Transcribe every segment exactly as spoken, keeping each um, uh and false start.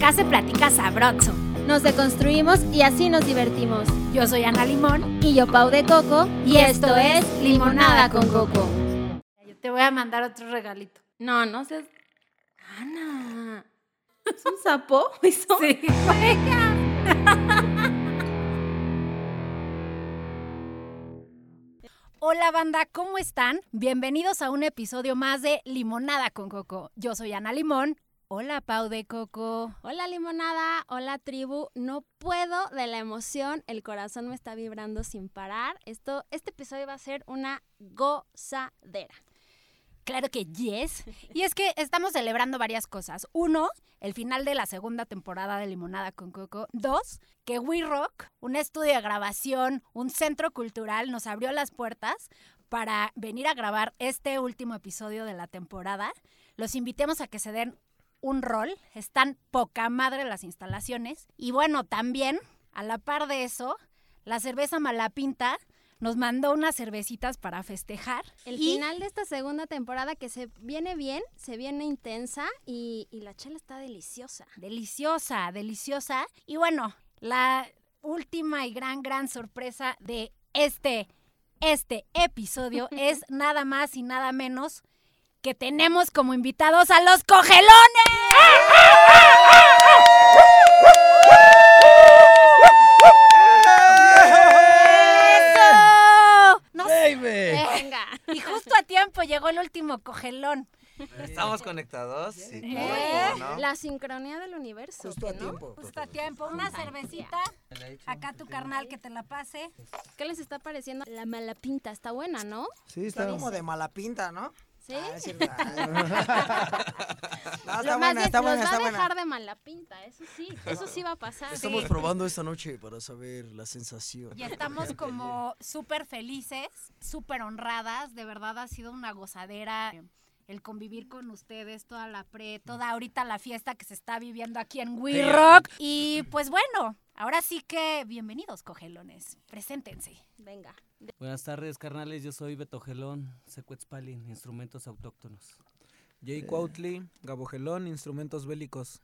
Acá se platica sabroso. Nos deconstruimos y así nos divertimos. Yo soy Ana Limón. Y yo Pau de Coco. Y esto es Limonada con Coco. Yo te voy a mandar otro regalito. No, no seas... Ana, ¿es un sapo eso? Sí. Hola banda, ¿cómo están? Bienvenidos a un episodio más de Limonada con Coco. Yo soy Ana Limón. Hola Pau de Coco. Hola Limonada, hola tribu. No puedo de la emoción, el corazón me está vibrando sin parar. Esto, este episodio va a ser una gozadera. Claro que yes. Y es que estamos celebrando varias cosas. Uno, el final de la segunda temporada de Limonada con Coco. Dos, que We Rock, un estudio de grabación, un centro cultural, nos abrió las puertas para venir a grabar este último episodio de la temporada. Los invitemos a que se den un rol. Están poca madre las instalaciones. Y bueno, también, a la par de eso, la cerveza Malapinta nos mandó unas cervecitas para festejar. El y final de esta segunda temporada que se viene bien, se viene intensa y, y la chela está deliciosa. Deliciosa, deliciosa. Y bueno, la última y gran, gran sorpresa de este, este episodio es nada más y nada menos que tenemos como invitados a los Cogelones. Venga. Y justo a tiempo llegó el último cogelón. ¿Estamos conectados? Sí. ¿Eh? ¿No? La sincronía del universo. Justo a ¿no? tiempo. Justo a tiempo. Una cervecita. Acá tu carnal que te la pase. ¿Qué les está pareciendo? La Malapinta está buena, ¿no? Sí, está como de mala pinta, ¿no? Sí. Ah, es cierto. No, Lo está más buena, bien, está buena, nos está va a buena. dejar de mala pinta, eso sí, eso sí va a pasar. Estamos Sí. probando esta noche para saber la sensación. Y estamos como súper felices, súper honradas. De verdad ha sido una gozadera el convivir con ustedes, toda la pre, toda ahorita la fiesta que se está viviendo aquí en We Rock. Y pues bueno, ahora sí que bienvenidos, cogelones. Preséntense. Venga. Buenas tardes, carnales. Yo soy Beto Gelón, Secuetzpalin, instrumentos autóctonos. Jay Cuautli, Gabogelón, instrumentos bélicos.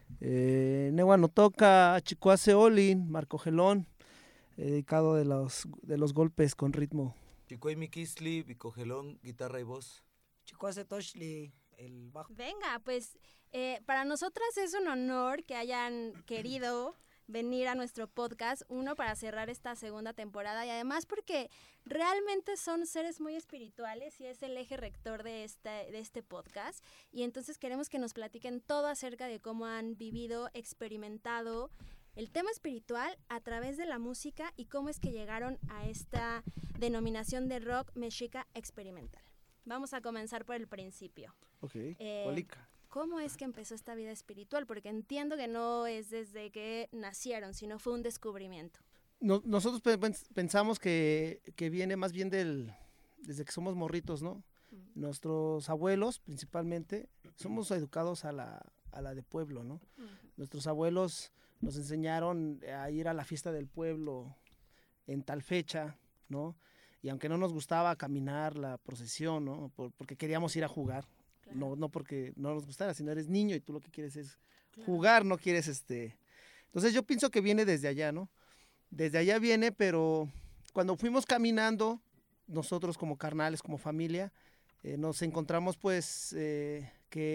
Eh, Nehuano Toca, Chicoace Olin, Marco Gelón, eh, dedicado de los, de los golpes con ritmo. Chicoy Mikisli, Bicogelón, guitarra y voz. Chicoace Toshli, el bajo. Venga, pues eh, para nosotras es un honor que hayan querido venir a nuestro podcast, uno para cerrar esta segunda temporada y además porque realmente son seres muy espirituales y es el eje rector de este, de este podcast y entonces queremos que nos platiquen todo acerca de cómo han vivido, experimentado el tema espiritual a través de la música y cómo es que llegaron a esta denominación de rock mexica experimental. Vamos a comenzar por el principio. Ok, Eh, Colica. ¿Cómo es que empezó esta vida espiritual? Porque entiendo que no es desde que nacieron, sino fue un descubrimiento. No, nosotros pe- pens- pensamos que, que viene más bien del desde que somos morritos, ¿no? Mm. Nuestros abuelos, principalmente, somos educados a la, a la de pueblo, ¿no? Uh-huh. Nuestros abuelos nos enseñaron a ir a la fiesta del pueblo en tal fecha, ¿no? Y aunque no nos gustaba caminar la procesión, ¿no? Por- porque queríamos ir a jugar. Claro. No, no porque no nos gustara, sino eres niño y tú lo que quieres es Claro. jugar, no quieres este... Entonces yo pienso que viene desde allá, ¿no? Desde allá viene, pero cuando fuimos caminando, nosotros como carnales, como familia, eh, nos encontramos pues eh,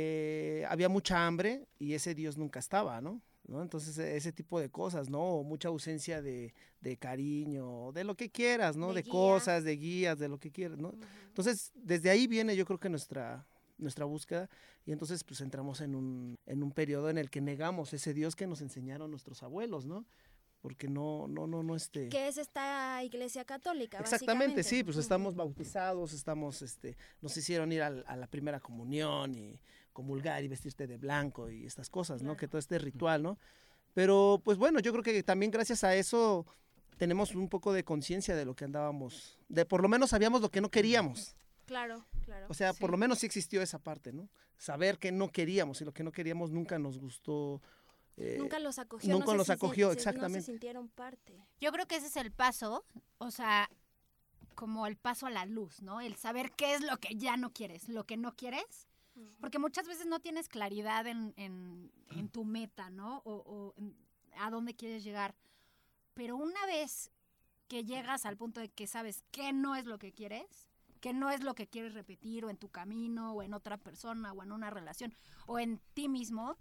que había mucha hambre y ese Dios nunca estaba, ¿no? ¿No? Entonces ese tipo de cosas, ¿no? O mucha ausencia de, de cariño, de lo que quieras, ¿no? De De, guía. cosas, de guías, de lo que quieras, ¿no? Uh-huh. Entonces, desde ahí viene yo creo que nuestra, nuestra búsqueda y entonces pues entramos en un, en un periodo en el que negamos ese Dios que nos enseñaron nuestros abuelos, ¿no? Porque no, no, no, no, este... ¿Qué es esta iglesia católica? Exactamente, sí, pues Ujú. estamos bautizados, estamos, este, nos hicieron ir al, a la primera comunión y comulgar y vestirte de blanco y estas cosas, ¿no? Claro. Que todo este ritual, ¿no? Pero, pues bueno, yo creo que también gracias a eso tenemos un poco de conciencia de lo que andábamos, de por lo menos sabíamos lo que no queríamos. Claro, claro. O sea, sí. por lo menos sí existió esa parte, ¿no? Saber que no queríamos y lo que no queríamos nunca nos gustó. eh, Nunca los acogió. nunca no sé los si se- acogió, se- exactamente. No se sintieron parte. Yo creo que ese es el paso, o sea, como el paso a la luz, ¿no? El saber qué es lo que ya no quieres, lo que no quieres. Porque muchas veces no tienes claridad en, en, en tu meta, ¿no? O, o en- a dónde quieres llegar. Pero una vez que llegas al punto de que sabes que no es lo que quieres, que no es lo que quieres repetir o en tu camino o en otra persona o en una relación o en ti mismo,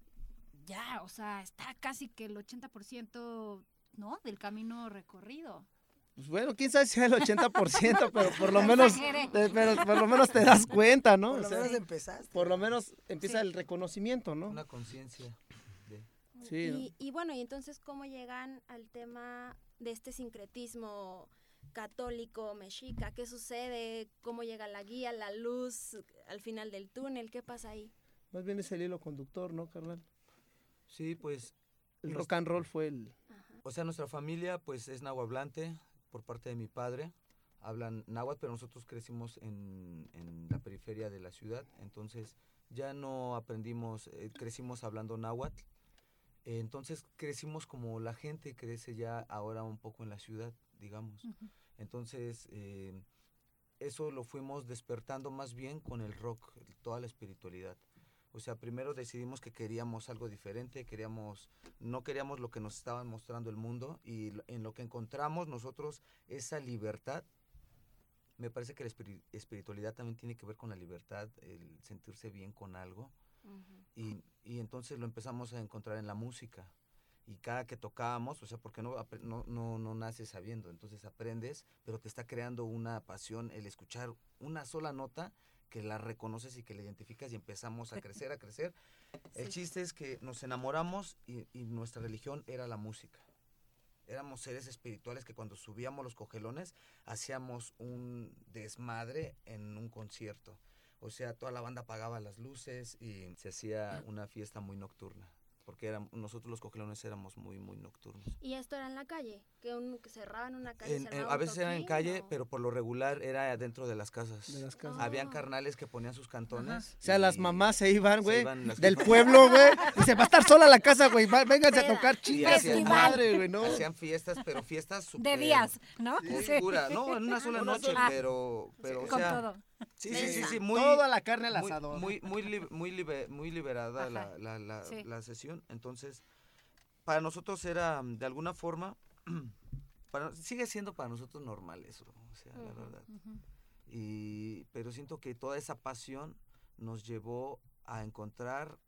ya, o sea, está casi que el ochenta por ciento, ¿no? Del camino recorrido. Pues bueno, quién sabe si el ochenta por ciento, pero por lo menos, Exageré. te- pero por lo menos te das cuenta, ¿no? Por O lo sea, menos empezaste. por lo menos empieza Sí. el reconocimiento, ¿no? Una conciencia de... Sí, ¿no? Y, y bueno, y entonces, ¿cómo llegan al tema de este sincretismo católico, mexica? ¿Qué sucede? ¿Cómo llega la guía, la luz al final del túnel? ¿Qué pasa ahí? Más bien es el hilo conductor, ¿no, carnal? Sí, pues, El Nos- rock and roll fue el... o sea, nuestra familia pues es nahuablante por parte de mi padre. Hablan náhuatl, pero nosotros crecimos en, en la periferia de la ciudad, entonces ya no aprendimos, eh, crecimos hablando náhuatl. Eh, entonces crecimos como la gente crece ya ahora un poco en la ciudad, digamos. Ujú. Entonces, eh, eso lo fuimos despertando más bien con el rock, toda la espiritualidad. O sea, primero decidimos que queríamos algo diferente, queríamos, no queríamos lo que nos estaba mostrando el mundo, y lo- en lo que encontramos nosotros esa libertad. Me parece que la espiri- espiritualidad también tiene que ver con la libertad, el sentirse bien con algo. Y, y entonces lo empezamos a encontrar en la música. Y cada que tocábamos, o sea, porque no, apre- no, no, no naces sabiendo, entonces aprendes, pero te está creando una pasión el escuchar una sola nota que la reconoces y que la identificas, y empezamos a crecer, a crecer. El chiste es que nos enamoramos y, y nuestra religión era la música. Éramos seres espirituales que cuando subíamos los cogelones hacíamos un desmadre en un concierto. O sea, toda la banda apagaba las luces y se hacía una fiesta muy nocturna. Porque eran, nosotros los cogelones éramos muy, muy nocturnos. ¿Y esto era en la calle? ¿Que, un, que cerraban una calle? En- en- cerraban a un veces era en toquín, calle, o? pero por lo regular era dentro de las casas. De las casas. Habían Ah. carnales que ponían sus cantones. O sea, las y- mamás se iban, se güey, iban las del jefas. pueblo, güey. Dice, va a estar sola la casa, güey. va- Vénganse a Peda. tocar Y chingas hacían- su madre, güey, ¿no? Hacían fiestas, pero fiestas De súper días, ¿no? oscuras. No, en una sola Una noche, sola- pero, pero o Con sea, todo. sí, sí, sí, sí, muy, Toda la carne al muy, asador. muy, muy, li- muy, libe- muy liberada Ajá, la, la, la, sí. la sesión. Entonces, para nosotros era, mm, de alguna forma, para, sigue siendo para nosotros normal eso, o sea, la Ujú. verdad. Ujú. Y, pero siento que toda esa pasión nos llevó a encontrar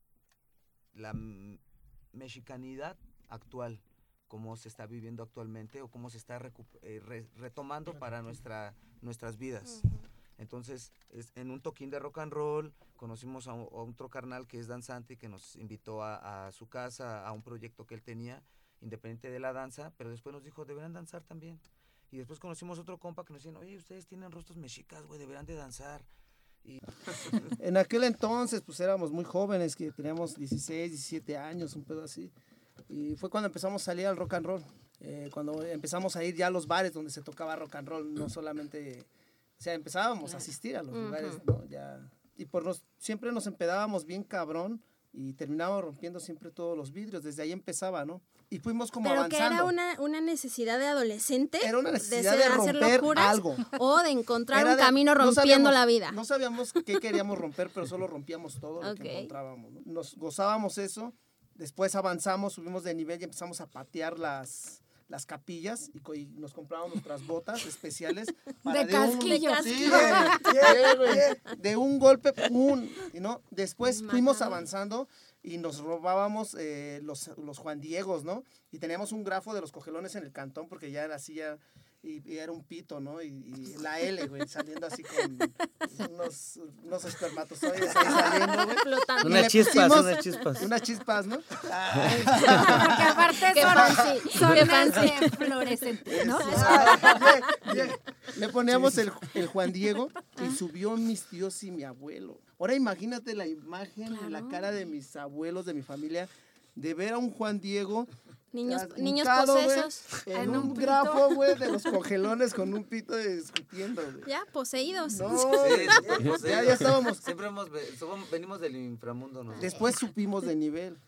la m- mexicanidad actual, como se está viviendo actualmente o cómo se está recu- eh, re- retomando para nuestra, nuestras vidas. Ujú. Entonces, es- en un toquín de rock and roll, conocimos a, un- a otro carnal que es danzante, que nos invitó a, a su casa, a un proyecto que él tenía, independiente de la danza, pero después nos dijo, deberán danzar también. Y después conocimos otro compa que nos decían, oye, ustedes tienen rostros mexicas, güey, deberán de danzar. Y En aquel entonces, pues éramos muy jóvenes, que teníamos dieciséis, diecisiete años, un pedo así. Y fue cuando empezamos a salir al rock and roll. Eh, cuando empezamos a ir ya a los bares donde se tocaba rock and roll, no solamente, o sea, empezábamos a asistir a los Ujú. lugares, ¿no? Ya, y por nos, siempre nos empedábamos bien cabrón y terminábamos rompiendo siempre todos los vidrios. Desde ahí empezaba, ¿no? Y fuimos como Pero que avanzando. era una, una necesidad de adolescente. Era una de necesidad ser- de hacer romper locuras, algo. o de encontrar Era un de- camino no rompiendo sabíamos- la vida. No sabíamos qué queríamos romper, pero solo rompíamos todo lo Ok. que encontrábamos, ¿no? Nos gozábamos eso, después avanzamos, subimos de nivel y empezamos a patear las, las capillas y, co- y nos compramos nuestras botas especiales. para De un- casquillo. Sí, güey, güey, de un golpe, ¡pum! Y no, después Nos fuimos mataban. avanzando y nos robábamos eh, los, los Juan Diegos, ¿no? Y teníamos un grafo de los cogelones en el cantón porque ya era así, ya, y, y era un pito, ¿no? Y, y la L, güey, saliendo así con unos, unos espermatozoides ahí saliendo, güey. Flotando. Y Unas le chispas, pusimos unas chispas. Unas chispas, ¿no? Porque aparte Qué son, fancy, son qué más fancy. de fluorescentes, ¿no? Ah, bien, bien. Le poníamos el, el Juan Diego y subió mis tíos y mi abuelo. Ahora imagínate la imagen y la Claro. cara de mis abuelos, de mi familia, de ver a un Juan Diego Niños, tras- niños hincado, güey, posesos. en En un, un pito. grafo, güey, de los cogelones con un pito discutiendo, güey. Ya, poseídos. No, Sí, güey, pues, ya, sí, ya estábamos. Siempre hemos, ve- somos- venimos del inframundo, ¿no? Después supimos de nivel.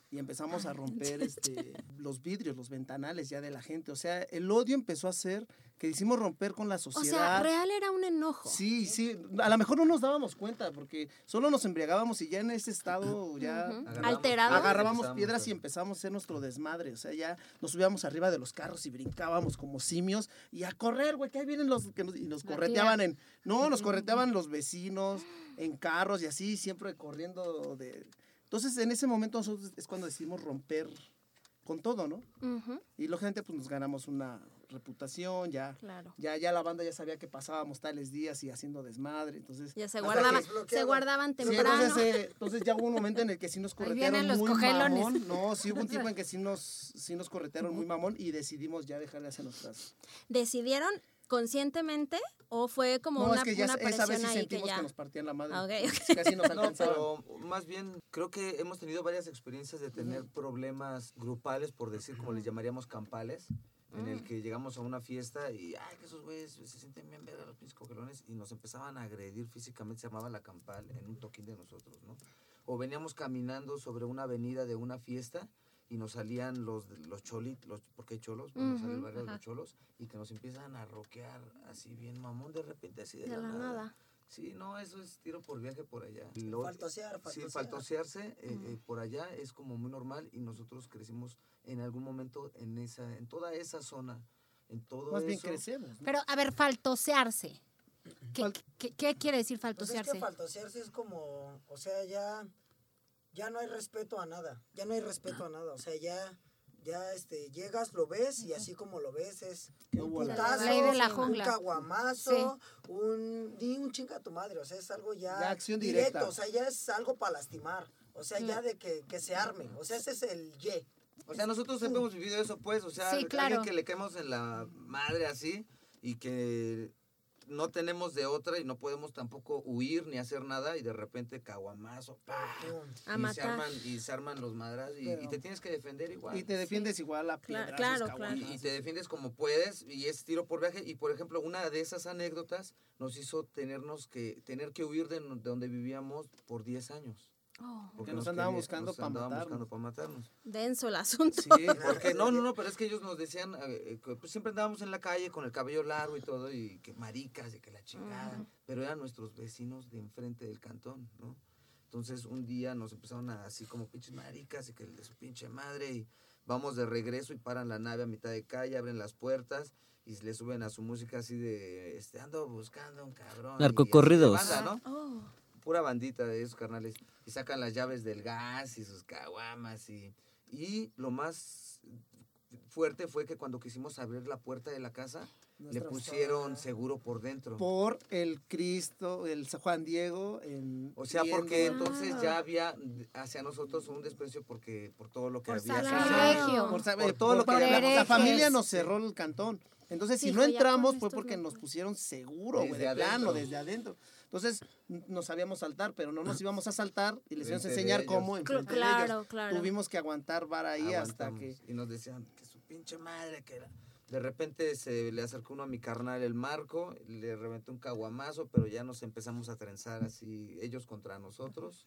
y empezamos a romper este, los vidrios, los ventanales ya de la gente. O sea, el odio empezó a ser que hicimos romper con la O sociedad. sea, real era un enojo. Sí, sí, a lo mejor no nos dábamos cuenta porque solo nos embriagábamos y ya en ese estado ya Ujú. Agarramos Alterado. agarrábamos Empezamos piedras y a- empezamos a hacer nuestro desmadre. O sea, ya nos subíamos arriba de los carros y brincábamos como simios y a correr, güey, que ahí vienen los que nos, y nos La correteaban en, no, nos correteaban los vecinos en carros y así, siempre corriendo de. Entonces, en ese momento nosotros es cuando decidimos romper con todo, ¿no? Ujú, Y lógicamente pues nos ganamos una reputación, ya claro. ya ya la banda ya sabía que pasábamos tales días y haciendo desmadre, entonces Ya se Hasta guardaban, que se bloqueaban. guardaban sí, temprano. entonces, eh, entonces ya hubo un momento en el que sí nos Ahí corretearon vienen los muy cogelones. mamón. No, sí hubo un tiempo en que sí nos, sí nos corretearon muy mamón y decidimos ya dejar de hacer nuestras. ¿Decidieron conscientemente o fue como no, una, es que ya una esa vez presión sí ahí que sentimos que, ya? nos partían la madre. Ah, ok, Entonces, casi nos No, alcanzaban. pero más bien creo que hemos tenido varias experiencias de tener problemas grupales, por decir, como les llamaríamos campales, en el que llegamos a una fiesta y, ay, que esos güeyes se sienten bien verga los pinches cogelones, y nos empezaban a agredir físicamente, se llamaba la campal, en un toquín de nosotros, ¿no? O veníamos caminando sobre una avenida de una fiesta y nos salían los, los cholitos, los, porque hay cholos, bueno, sale el Ujú, barrio de ajá. los cholos, y que nos empiezan a rockear así bien mamón de repente, así de, De la, la nada. nada. Sí, no, eso es tiro por viaje por allá. Y lo- Faltosear, Sí, faltosear. faltosearse eh, eh, por allá es como muy normal, y nosotros crecimos en algún momento en esa, en toda esa zona, en todo Más bien eso. crecemos, ¿no? Pero, a ver, faltosearse. ¿Qué, Fal- qué- qué quiere decir Pues es faltosearse? que faltosearse es como, o sea, ya, ya no hay respeto a nada, ya no hay respeto a nada, o sea, ya, ya, este, llegas, lo ves y así como lo ves es Qué un bola. putazo, La ley de la un jungla. caguamazo, un, ni un chinga a tu madre, o sea, es algo ya, Ya acción directo, directa. o sea, ya es algo para lastimar, o sea, ya de que, que se arme, o sea, ese es el ye. O sea, nosotros siempre hemos vivido eso, pues, o sea, Sí, claro. alguien que le caemos en la madre así y que no tenemos de otra y no podemos tampoco huir ni hacer nada, y de repente caguamazo, ¡pah! A y se matar. arman y se arman los madras y, Pero- y te tienes que defender igual. Y te defiendes igual a Cla- piedrazos, claro, caguamazos. claro. Y, y te defiendes como puedes, y es tiro por viaje. Y por ejemplo, una de esas anécdotas nos hizo tenernos que tener que huir de, no- de donde vivíamos por diez años. Oh, Porque nos andaban quería- buscando nos pa' andaban matarnos. buscando para matarnos. denso el asunto. Sí, porque no, no, no, pero es que ellos nos decían, eh, que, pues, siempre andábamos en la calle con el cabello largo y todo, y que maricas, y que la chingada, Ujú. pero eran nuestros vecinos de enfrente del cantón, ¿no? Entonces un día nos empezaron a así como pinches maricas y que el de su pinche madre, y vamos de regreso y paran la nave a mitad de calle, abren las puertas y le suben a su música así de, este, ando buscando un cabrón. y Narcocorridos. así de banda, ¿no? Oh, Pura bandita de esos carnales, y sacan las llaves del gas y sus caguamas, y, y lo más fuerte fue que cuando quisimos abrir la puerta de la casa, le Nuestra pusieron fa- seguro por dentro. Por el Cristo, el Juan Diego. En, O sea, viendo- porque entonces Ah. ya había hacia nosotros un desprecio porque por todo lo que Por había. sacrilegio. Por, saber- por todo lo que por la- la, herejes. familia nos cerró el cantón. Entonces, si Hijo, no ya entramos con fue esto porque no nos puedo. pusieron seguro, güey, Desde de plano, adentro. desde adentro. Entonces, n- nos sabíamos saltar, pero no nos íbamos a saltar y les íbamos a Enfrente de enseñar ellos. cómo cl- enfrente de claro, ellos. claro. Tuvimos que aguantar vara ahí hasta Aguantamos. que... Y nos decían que su pinche madre que era. De repente se le acercó uno a mi carnal, el Marco, le reventó un caguamazo, pero ya nos empezamos a trenzar así, ellos contra nosotros.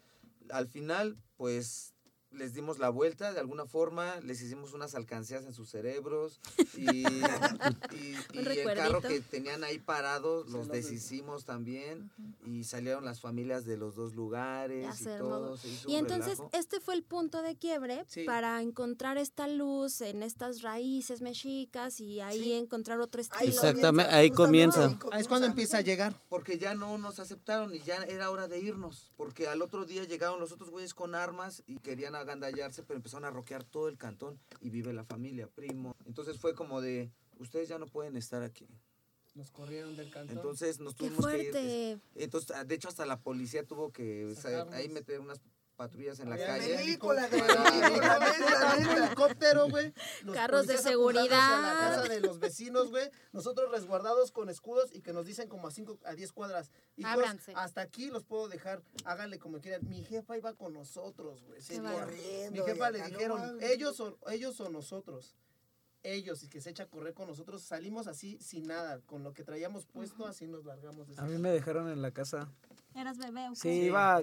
Al final, pues, les dimos la vuelta de alguna forma, les hicimos unas alcancías en sus cerebros, y, y- y Un el carro recuerdito. que tenían ahí parados los los des- deshicimos también, y salieron las familias de los dos lugares Ya y se armó. todo. Se hizo Y un entonces relajo. este fue el punto de quiebre Sí. para encontrar esta luz en estas raíces mexicas y ahí Sí. encontrar otro estilo. Ahí Exactamente, comienza, ahí justamente comienza. Ah, es cuando empieza a llegar. Porque ya no nos aceptaron y ya era hora de irnos. Porque al otro día llegaron los otros güeyes con armas y querían agandallarse, pero empezaron a rockear todo el cantón y vive la familia, primo. Entonces fue como de, ustedes ya no pueden estar aquí. Nos corrieron del cantón. Entonces nos ¡Qué tuvimos que ir. fuerte! Entonces, ah, de hecho, hasta la policía tuvo que o sea, Sacarnos. ahí meter unas patrullas en la Había calle. película de para- película, neta, un neta. helicóptero, güey. Los Carros de policías apuntándose a la seguridad. casa de los vecinos, güey. Nosotros resguardados con escudos y que nos dicen como a cinco a diez cuadras. Hijos, Ábranse. hasta aquí los puedo dejar. Háganle como quieran. Mi jefa iba con nosotros, güey. ese Qué día. bárbaro. Mi Corriendo, jefa y le acá, no dijeron, mames. ellos o, ellos o nosotros. Ellos, y que se echa a correr con nosotros. Salimos así sin nada. Con lo que traíamos puesto, así nos largamos. De ese A mí me dejaron en la casa. ¿Eras bebé o Sí, iba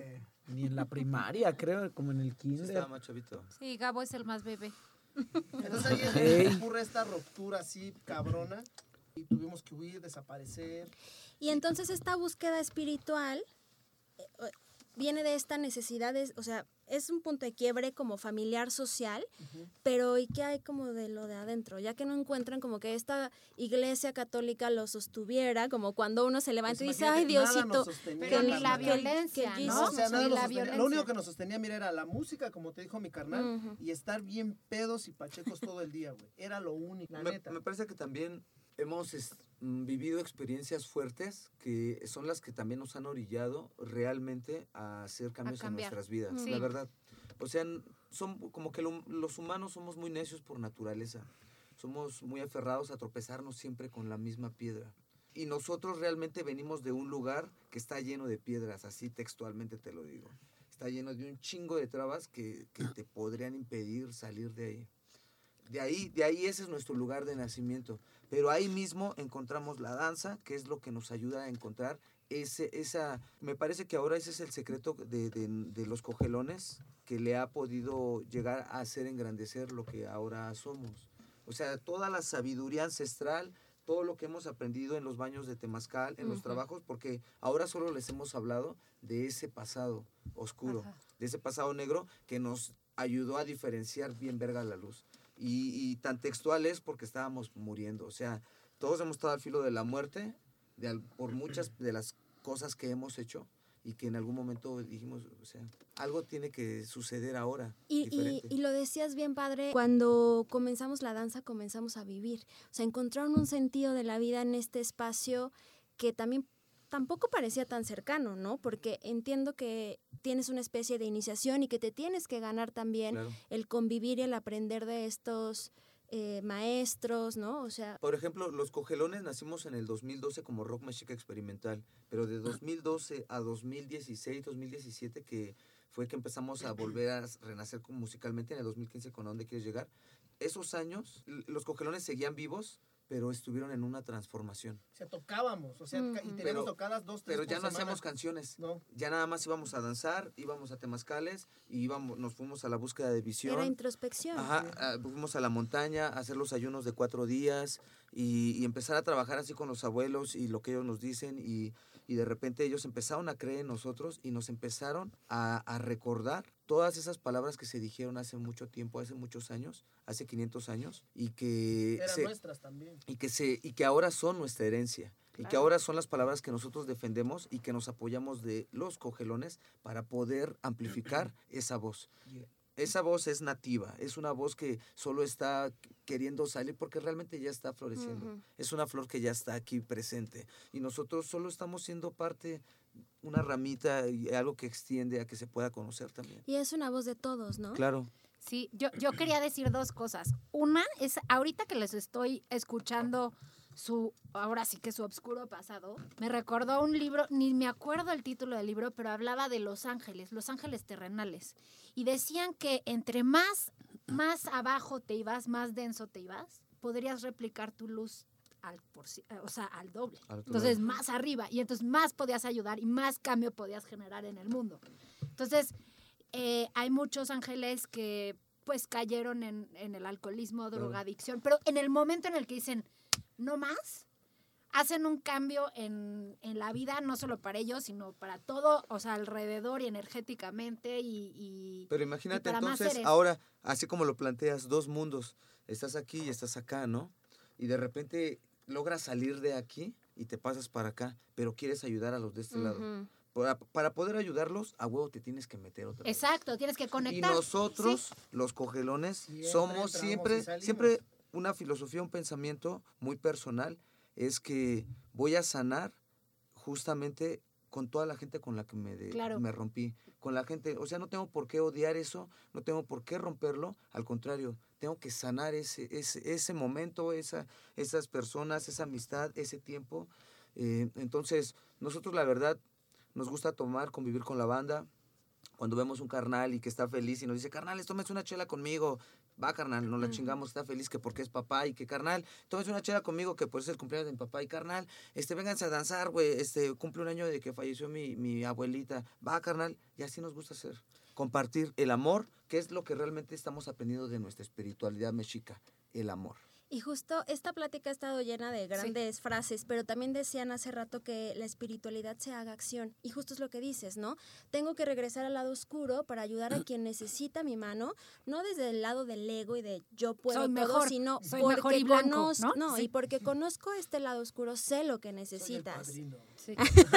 Ni en la primaria, creo, como en el Sí, kinder. estaba más chavito. Sí, Gabo es el más bebé. Entonces ahí es Ey. donde ocurre esta ruptura así cabrona y tuvimos que huir, desaparecer. Y entonces esta búsqueda espiritual eh, eh, viene de esta necesidad, de- o sea, es un punto de quiebre como familiar, social, pero ¿y qué hay como de lo de adentro? Ya que no encuentran como que esta iglesia católica lo sostuviera, como cuando uno se levanta Pues y dice, ay imagínate, nada Diosito, nos sostenía, Pero que ni el- la que el- violencia, que el ¿no? No, o sea, Sí, nada nos la sostenía. violencia. Lo único que nos sostenía, mira, era la música, como te dijo mi carnal, Ujú. y estar bien pedos y pachecos todo el día, güey. Era lo único, la Me, neta. me parece que también hemos es- mm, vivido experiencias fuertes que son las que también nos han orillado realmente a hacer cambios en cambiar. nuestras vidas, Sí. la verdad. O sea, n- son como que lo- los humanos somos muy necios por naturaleza. Somos muy aferrados a tropezarnos siempre con la misma piedra. Y nosotros realmente venimos de un lugar que está lleno de piedras, así textualmente te lo digo. Está lleno de un chingo de trabas que, que te podrían impedir salir de ahí. De ahí, de ahí ese es nuestro lugar de nacimiento. Pero ahí mismo encontramos la danza, que es lo que nos ayuda a encontrar ese, esa... Me parece que ahora ese es el secreto de, de, de los cogelones, que le ha podido llegar a hacer engrandecer lo que ahora somos. O sea, toda la sabiduría ancestral, todo lo que hemos aprendido en los baños de temazcal, en los Ujú. trabajos, porque ahora solo les hemos hablado de ese pasado oscuro, Ajá. de ese pasado negro que nos ayudó a diferenciar bien verga la luz. Y, y tan textual es porque estábamos muriendo. O sea, todos hemos estado al filo de la muerte de al- por muchas de las cosas que hemos hecho y que en algún momento dijimos, o sea, algo tiene que suceder ahora. Y, y, diferente. y lo decías bien, padre, cuando comenzamos la danza comenzamos a vivir. O sea, encontraron un sentido de la vida en este espacio que también tampoco parecía tan cercano, ¿no? Porque entiendo que tienes una especie de iniciación y que te tienes que ganar también Claro. el convivir y el aprender de estos eh, maestros, ¿no? O sea, Por ejemplo, los Cogelones nacimos en el dos mil doce como rock mexica experimental, pero de dos mil doce a dos mil dieciséis, dos mil diecisiete, que fue que empezamos a volver a renacer como musicalmente en el dos mil quince con ¿A dónde quieres llegar? Esos años, l- los Cogelones seguían vivos, pero estuvieron en una transformación. O sea, tocábamos, o sea, ca- y Ujú. teníamos Pero- tocadas dos, tres Pero por ya no semana. hacíamos canciones. No. Ya nada más íbamos a danzar, íbamos a temazcales y íbamos, nos fuimos a la búsqueda de visión. era introspección. Ajá, ah, fuimos a la montaña a hacer los ayunos de cuatro días y, y empezar a trabajar así con los abuelos y lo que ellos nos dicen y, y de repente ellos empezaron a creer en nosotros y nos empezaron a, a recordar todas esas palabras que se dijeron hace mucho tiempo, hace muchos años, hace quinientos años y que, Eran se, nuestras también. y, que se, y que ahora son nuestra herencia. Y que Claro. ahora son las palabras que nosotros defendemos y que nos apoyamos de los cogelones para poder amplificar esa voz. Esa voz es nativa, es una voz que solo está queriendo salir porque realmente ya está floreciendo. Ujú. Es una flor que ya está aquí presente y nosotros solo estamos siendo parte, una ramita y algo que extiende a que se pueda conocer también. Y es una voz de todos, ¿no? Claro. Sí, yo, yo quería decir dos cosas. Una es, ahorita que les estoy escuchando su, ahora sí que su obscuro pasado, me recordó un libro, ni me acuerdo el título del libro, pero hablaba de los ángeles, los ángeles terrenales. Y decían que entre más, más abajo te ibas, más denso te ibas, podrías replicar tu luz al, por, ci- o sea, al doble. Al otro Entonces, lado. más arriba. Y entonces más podías ayudar y más cambio podías generar en el mundo. Entonces, eh, hay muchos ángeles que pues cayeron en, en el alcoholismo, drogadicción, pero en el momento en el que dicen no más, hacen un cambio en, en la vida, no solo para ellos, sino para todo, o sea, alrededor y energéticamente y... y- Pero imagínate para más entonces, seres. ahora, así como lo planteas, dos mundos. Estás aquí y estás acá, ¿no? Y de repente logras salir de aquí y te pasas para acá, pero quieres ayudar a los de este lado. Ujú. Para, para poder ayudarlos, a huevo te tienes que meter otra vez. Exacto, tienes que Y conectar. nosotros, los cogelones, Siempre somos entramos y siempre, salimos. siempre una filosofía, un pensamiento muy personal, es que voy a sanar justamente con toda la gente con la que me, de- Claro. me rompí. Con la gente, o sea, no tengo por qué odiar eso, no tengo por qué romperlo, al contrario, tengo que sanar ese, ese, ese momento, esa, esas personas, esa amistad, ese tiempo. Eh, entonces, nosotros la verdad nos gusta tomar, convivir con la banda, Cuando vemos un carnal y que está feliz y nos dice, carnales, tómese una chela conmigo. Va, carnal, nos la chingamos, está feliz que porque es papá y que, carnal, tómese una chela conmigo que por es el cumpleaños de mi papá. Y, carnal, este, vénganse a danzar, güey, este, cumple un año de que falleció mi, mi abuelita. Va, carnal, y así nos gusta hacer. Compartir el amor, que es lo que realmente estamos aprendiendo de nuestra espiritualidad mexica, el amor. Y justo esta plática ha estado llena de grandes sí. frases, pero también decían hace rato que la espiritualidad se haga acción. Y justo es lo que dices, ¿no? Tengo que regresar al lado oscuro para ayudar a quien necesita mi mano, no desde el lado del ego y de yo puedo soy todo, mejor, sino soy porque mejor y blanco, conozco, ¿no? no, Sí. y porque conozco este lado oscuro, sé lo que necesitas. Soy el padrino. Sí.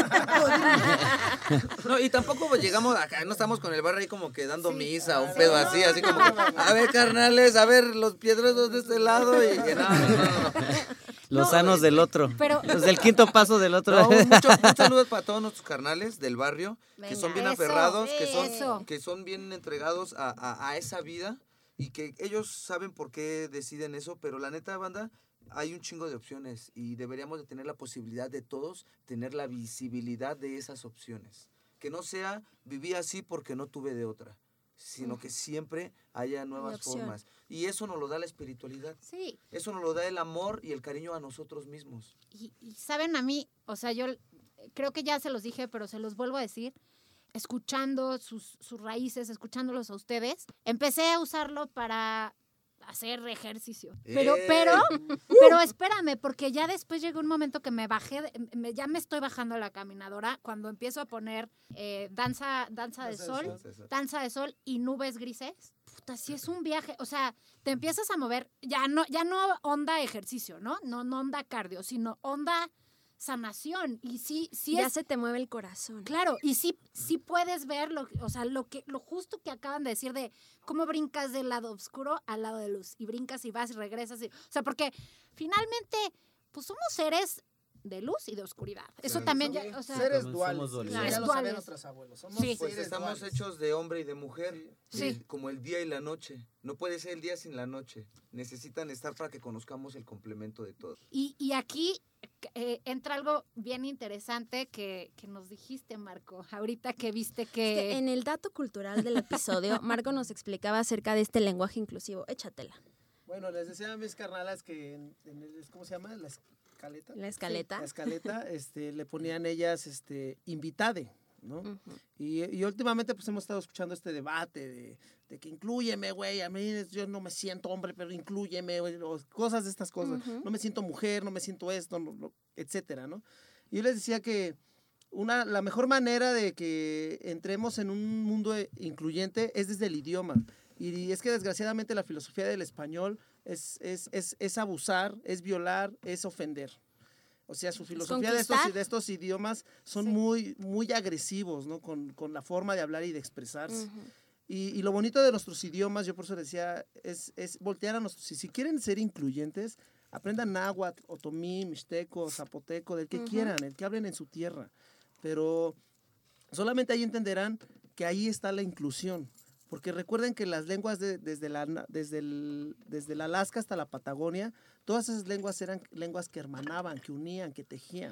No, y tampoco llegamos acá, no estamos con el barrio ahí como que dando Sí. misa, un pedo así, así como, a ver, carnales, a ver, los piedrosos de este lado y que no, no, no, no. Los No, sanos del otro. pero- Los del quinto paso del otro. No, mucho- muchos saludos para todos nuestros carnales del barrio, que Venga. son bien Eso, aferrados, que son, eso. que son bien entregados a, a, a esa vida y que ellos saben por qué deciden eso, pero la neta, banda, hay un chingo de opciones y deberíamos de tener la posibilidad de todos tener la visibilidad de esas opciones. Que no sea viví así porque no tuve de otra, sino que siempre haya nuevas opción. formas. Y eso nos lo da la espiritualidad. Sí, Eso nos lo da el amor y el cariño a nosotros mismos. y, y saben a mí, o sea, yo creo que ya se los dije, pero se los vuelvo a decir, escuchando sus, sus raíces, escuchándolos a ustedes, empecé a usarlo para hacer ejercicio. Pero, ¡Eh! pero, pero espérame, porque ya después llegó un momento que me bajé, de- me- ya me estoy bajando a la caminadora cuando empiezo a poner eh, danza, danza de Danza de sol, sol. danza de sol y nubes grises. Puta, sí es un viaje, o sea, te empiezas a mover, ya no, ya no onda ejercicio, ¿no? No, no onda cardio, sino onda sanación. Y sí, sí ya es se te mueve el corazón. claro, y sí, sí puedes ver lo, o sea, lo que, lo justo que acaban de decir de cómo brincas del lado oscuro al lado de luz. Y brincas y vas y regresas. Y, o sea, porque finalmente, pues somos seres de luz y de oscuridad. Eso Sí. también Somos ya, o sea, seres Somos duales. duales. Ya Seres lo duales. saben nuestros abuelos. Somos Sí. Pues seres estamos duales. hechos de hombre y de mujer, Sí. de- como el día y la noche. No puede ser el día sin la noche. Necesitan estar para que conozcamos el complemento de todo. y, y aquí eh, entra algo bien interesante que, que nos dijiste, Marco, ahorita que viste que... Es que en el dato cultural del episodio, Marco nos explicaba acerca de este lenguaje inclusivo. Échatela. Bueno, les decía a mis carnalas que en, en el, ¿cómo se llama? La escaleta. La escaleta. La escaleta, este, le ponían ellas, este, invitade, ¿no? Ujú. Y, y últimamente pues hemos estado escuchando este debate de, de que inclúyeme, güey, a mí yo no me siento hombre, pero inclúyeme, güey, o cosas de estas cosas. Ujú. No me siento mujer, no me siento esto, no, no, etcétera, ¿no? Y yo les decía que una, la mejor manera de que entremos en un mundo eh, incluyente es desde el idioma. Y es que desgraciadamente la filosofía del español es, es, es, es abusar, es violar, es ofender. O sea, su filosofía de estos, conquistar. de estos idiomas son Sí. muy, muy agresivos, ¿no? Con, con la forma de hablar y de expresarse. Ujú. Y, y lo bonito de nuestros idiomas, yo por eso decía, es, es voltear a nuestros... Si, si quieren ser incluyentes, aprendan náhuatl, otomí, mixteco, zapoteco, del que Ujú. quieran, el que hablen en su tierra. Pero solamente ahí entenderán que ahí está la inclusión. Porque recuerden que las lenguas de- desde, la, na- desde, el, desde el Alaska hasta la Patagonia, todas esas lenguas eran lenguas que hermanaban, que unían, que tejían.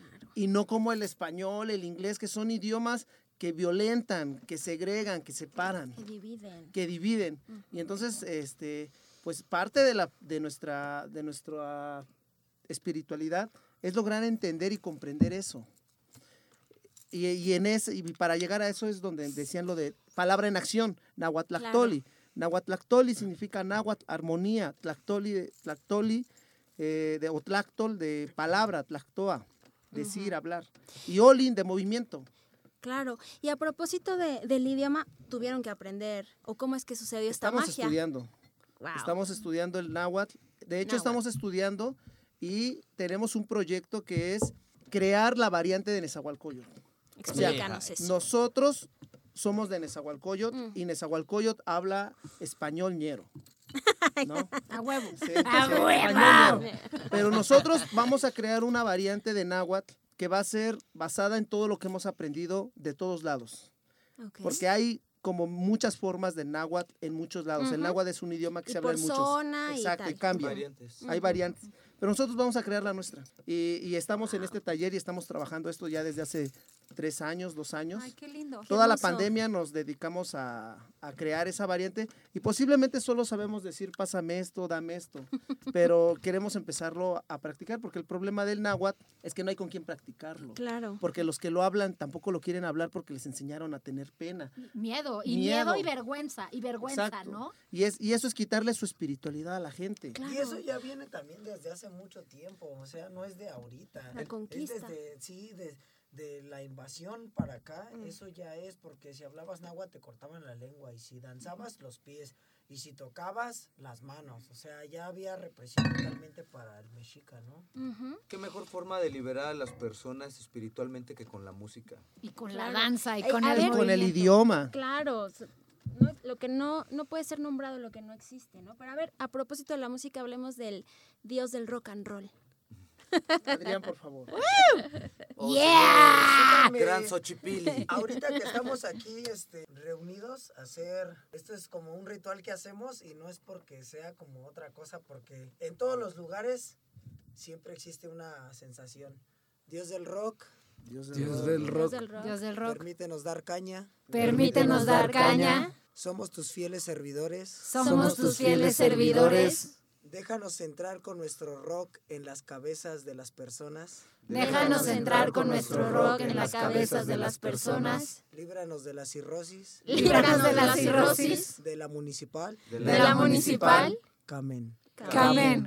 Y no como el español, el inglés, que son idiomas que violentan, que segregan, que separan, Que dividen. que dividen. Y entonces, este, pues parte de, la, de, nuestra, de nuestra espiritualidad es lograr entender y comprender eso. Y, y en ese, y para llegar a eso es donde decían lo de palabra en acción, nahuatlactoli. Nahuatlactoli significa náhuatl, armonía, tlactoli, tlactoli eh, de, o tlactol de palabra, tlactoa, decir, hablar. Y olin de movimiento. Claro. Y a propósito de, del idioma, tuvieron que aprender. ¿O cómo es que sucedió esta Estamos magia? estudiando. Wow. Estamos estudiando el náhuatl. De hecho, Náhuatl. estamos estudiando y tenemos un proyecto que es crear la variante de Nezahualcóyotl. Explícanos eso. Nosotros somos de Nezahualcóyotl Mm. y Nezahualcóyotl habla español ñero. ¿No? A huevo. Sí, ¡A sí, huevo! español ñero. Pero nosotros vamos a crear una variante de náhuatl que va a ser basada en todo lo que hemos aprendido de todos lados. Ok. Porque hay como muchas formas de náhuatl en muchos lados. El Ujú. náhuatl es un idioma que Y se habla por en muchos. zona y Exacto, tal. y cambia. Variantes. Hay variantes. pero nosotros vamos a crear la nuestra. Y, y estamos en este taller y estamos trabajando esto ya desde hace tres años, dos años. Ay, qué lindo. Toda la hermoso. pandemia nos dedicamos a, a crear esa variante y posiblemente solo sabemos decir pásame esto, dame esto, pero queremos empezarlo a practicar porque el problema del náhuatl es que no hay con quién practicarlo. Claro. Porque los que lo hablan tampoco lo quieren hablar porque les enseñaron a tener pena. Miedo, y Miedo. miedo, y vergüenza, y vergüenza, Exacto. ¿no? Y, es, y eso es quitarle su espiritualidad a la gente. Claro. Y eso ya viene también desde hace mucho tiempo, o sea, no es de ahorita. La Es conquista. desde, sí, de, de la invasión para acá, Mm. eso ya es, porque si hablabas náhuatl te cortaban la lengua, y si danzabas los pies, y si tocabas las manos, o sea, ya había represión totalmente para el mexica, ¿no? Ujú. ¿Qué mejor forma de liberar a las personas espiritualmente que con la música? Y con Claro. la danza, y Ey, con a el ver. Y con el movimiento. idioma. Claro, s- no- lo que no, no puede ser nombrado, lo que no existe, ¿no? Pero a ver, a propósito de la música, hablemos del dios del rock and roll. Adrián, por favor. Oh, ¡Yeah! señor, Gran Xochipilli. Ahorita que estamos aquí este, reunidos a hacer, esto es como un ritual que hacemos y no es porque sea como otra cosa, porque en todos los lugares siempre existe una sensación. Dios del rock, Dios Dios rock. del Dios rock. del rock. Dios del rock. permítenos dar caña, Permítenos dar caña. somos tus fieles servidores, Somos tus fieles servidores. déjanos entrar con nuestro rock en las cabezas de las personas, Déjanos entrar con nuestro rock en las cabezas de las personas. líbranos de la cirrosis, Líbranos de la cirrosis. de la municipal, De De la municipal. Camen. Amén.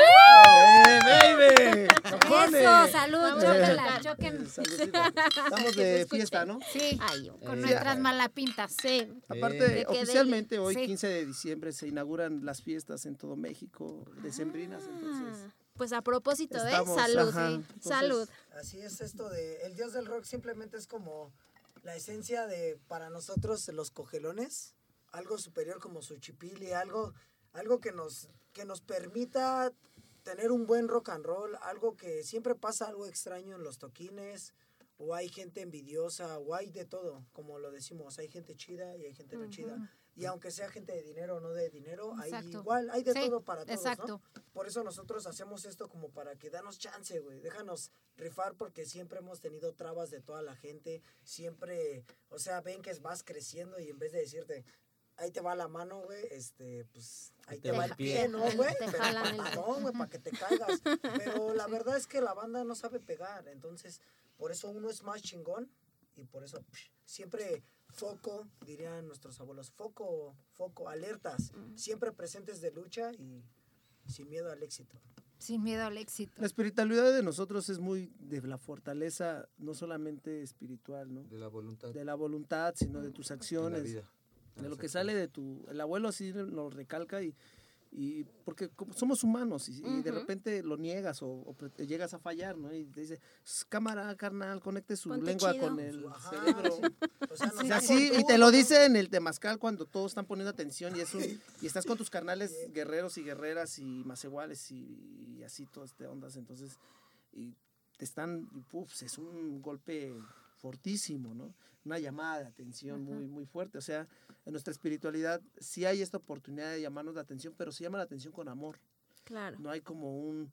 ¡Eh, baby! Eso, salud, Vamos. chóquenla, choquen. Saludcita. Estamos Que se de escuche. fiesta, ¿no? Sí, Ay, con Eh, nuestras malapintas. sí. Aparte, Que quede- oficialmente hoy, sí. quince de diciembre, se inauguran las fiestas en todo México, decembrinas, entonces... Ah, pues a propósito de Estamos, salud, ajá, sí. entonces- Salud. Así es esto de el dios del rock, simplemente es como la esencia de para nosotros los cogelones, algo superior como Xochipilli, algo algo que nos que nos permita tener un buen rock and roll, algo que siempre pasa algo extraño en los toquines, o hay gente envidiosa, o hay de todo, como lo decimos, hay gente chida y hay gente no chida. Y aunque sea gente de dinero o no de dinero, hay Exacto. igual, hay de Sí, todo para todos, exacto. ¿no? Por eso nosotros hacemos esto como para que danos chance, güey. Déjanos rifar porque siempre hemos tenido trabas de toda la gente. Siempre, o sea, ven que vas creciendo y en vez de decirte, ahí te va la mano, güey, este, pues, ahí te, te va va el el pie, pie. ¿no, güey? Te Pero jalan el- patadón, güey, para que te caigas. Pero la verdad es que la banda no sabe pegar. Entonces, por eso uno es más chingón y por eso psh, siempre foco, dirían nuestros abuelos, foco, foco, alertas, siempre presentes de lucha y sin miedo al éxito. Sin miedo al éxito. La espiritualidad de nosotros es muy de la fortaleza, no solamente espiritual, ¿no? De la voluntad. De la voluntad, sino de tus de la acciones, vida. de lo que sale de tu... El abuelo así lo recalca y, y porque como somos humanos y, y de Ujú. repente lo niegas o, o pre- te llegas a fallar, ¿no? Y te dice, "S- cámara, carnal, conecte su Ponte lengua chido". con el Ajá, cerebro. sí. O sea, O nos sea, da sí, por y te todo, lo ¿no? dice en el temazcal cuando todos están poniendo atención y es un, y estás con tus carnales guerreros y guerreras y más iguales y, y así todas te ondas, entonces y te están, y, puf, es un golpe fortísimo, ¿no? Una llamada de atención muy muy fuerte, o sea, en nuestra espiritualidad sí hay esta oportunidad de llamarnos la atención, pero se llama la atención con amor, Claro. no hay como un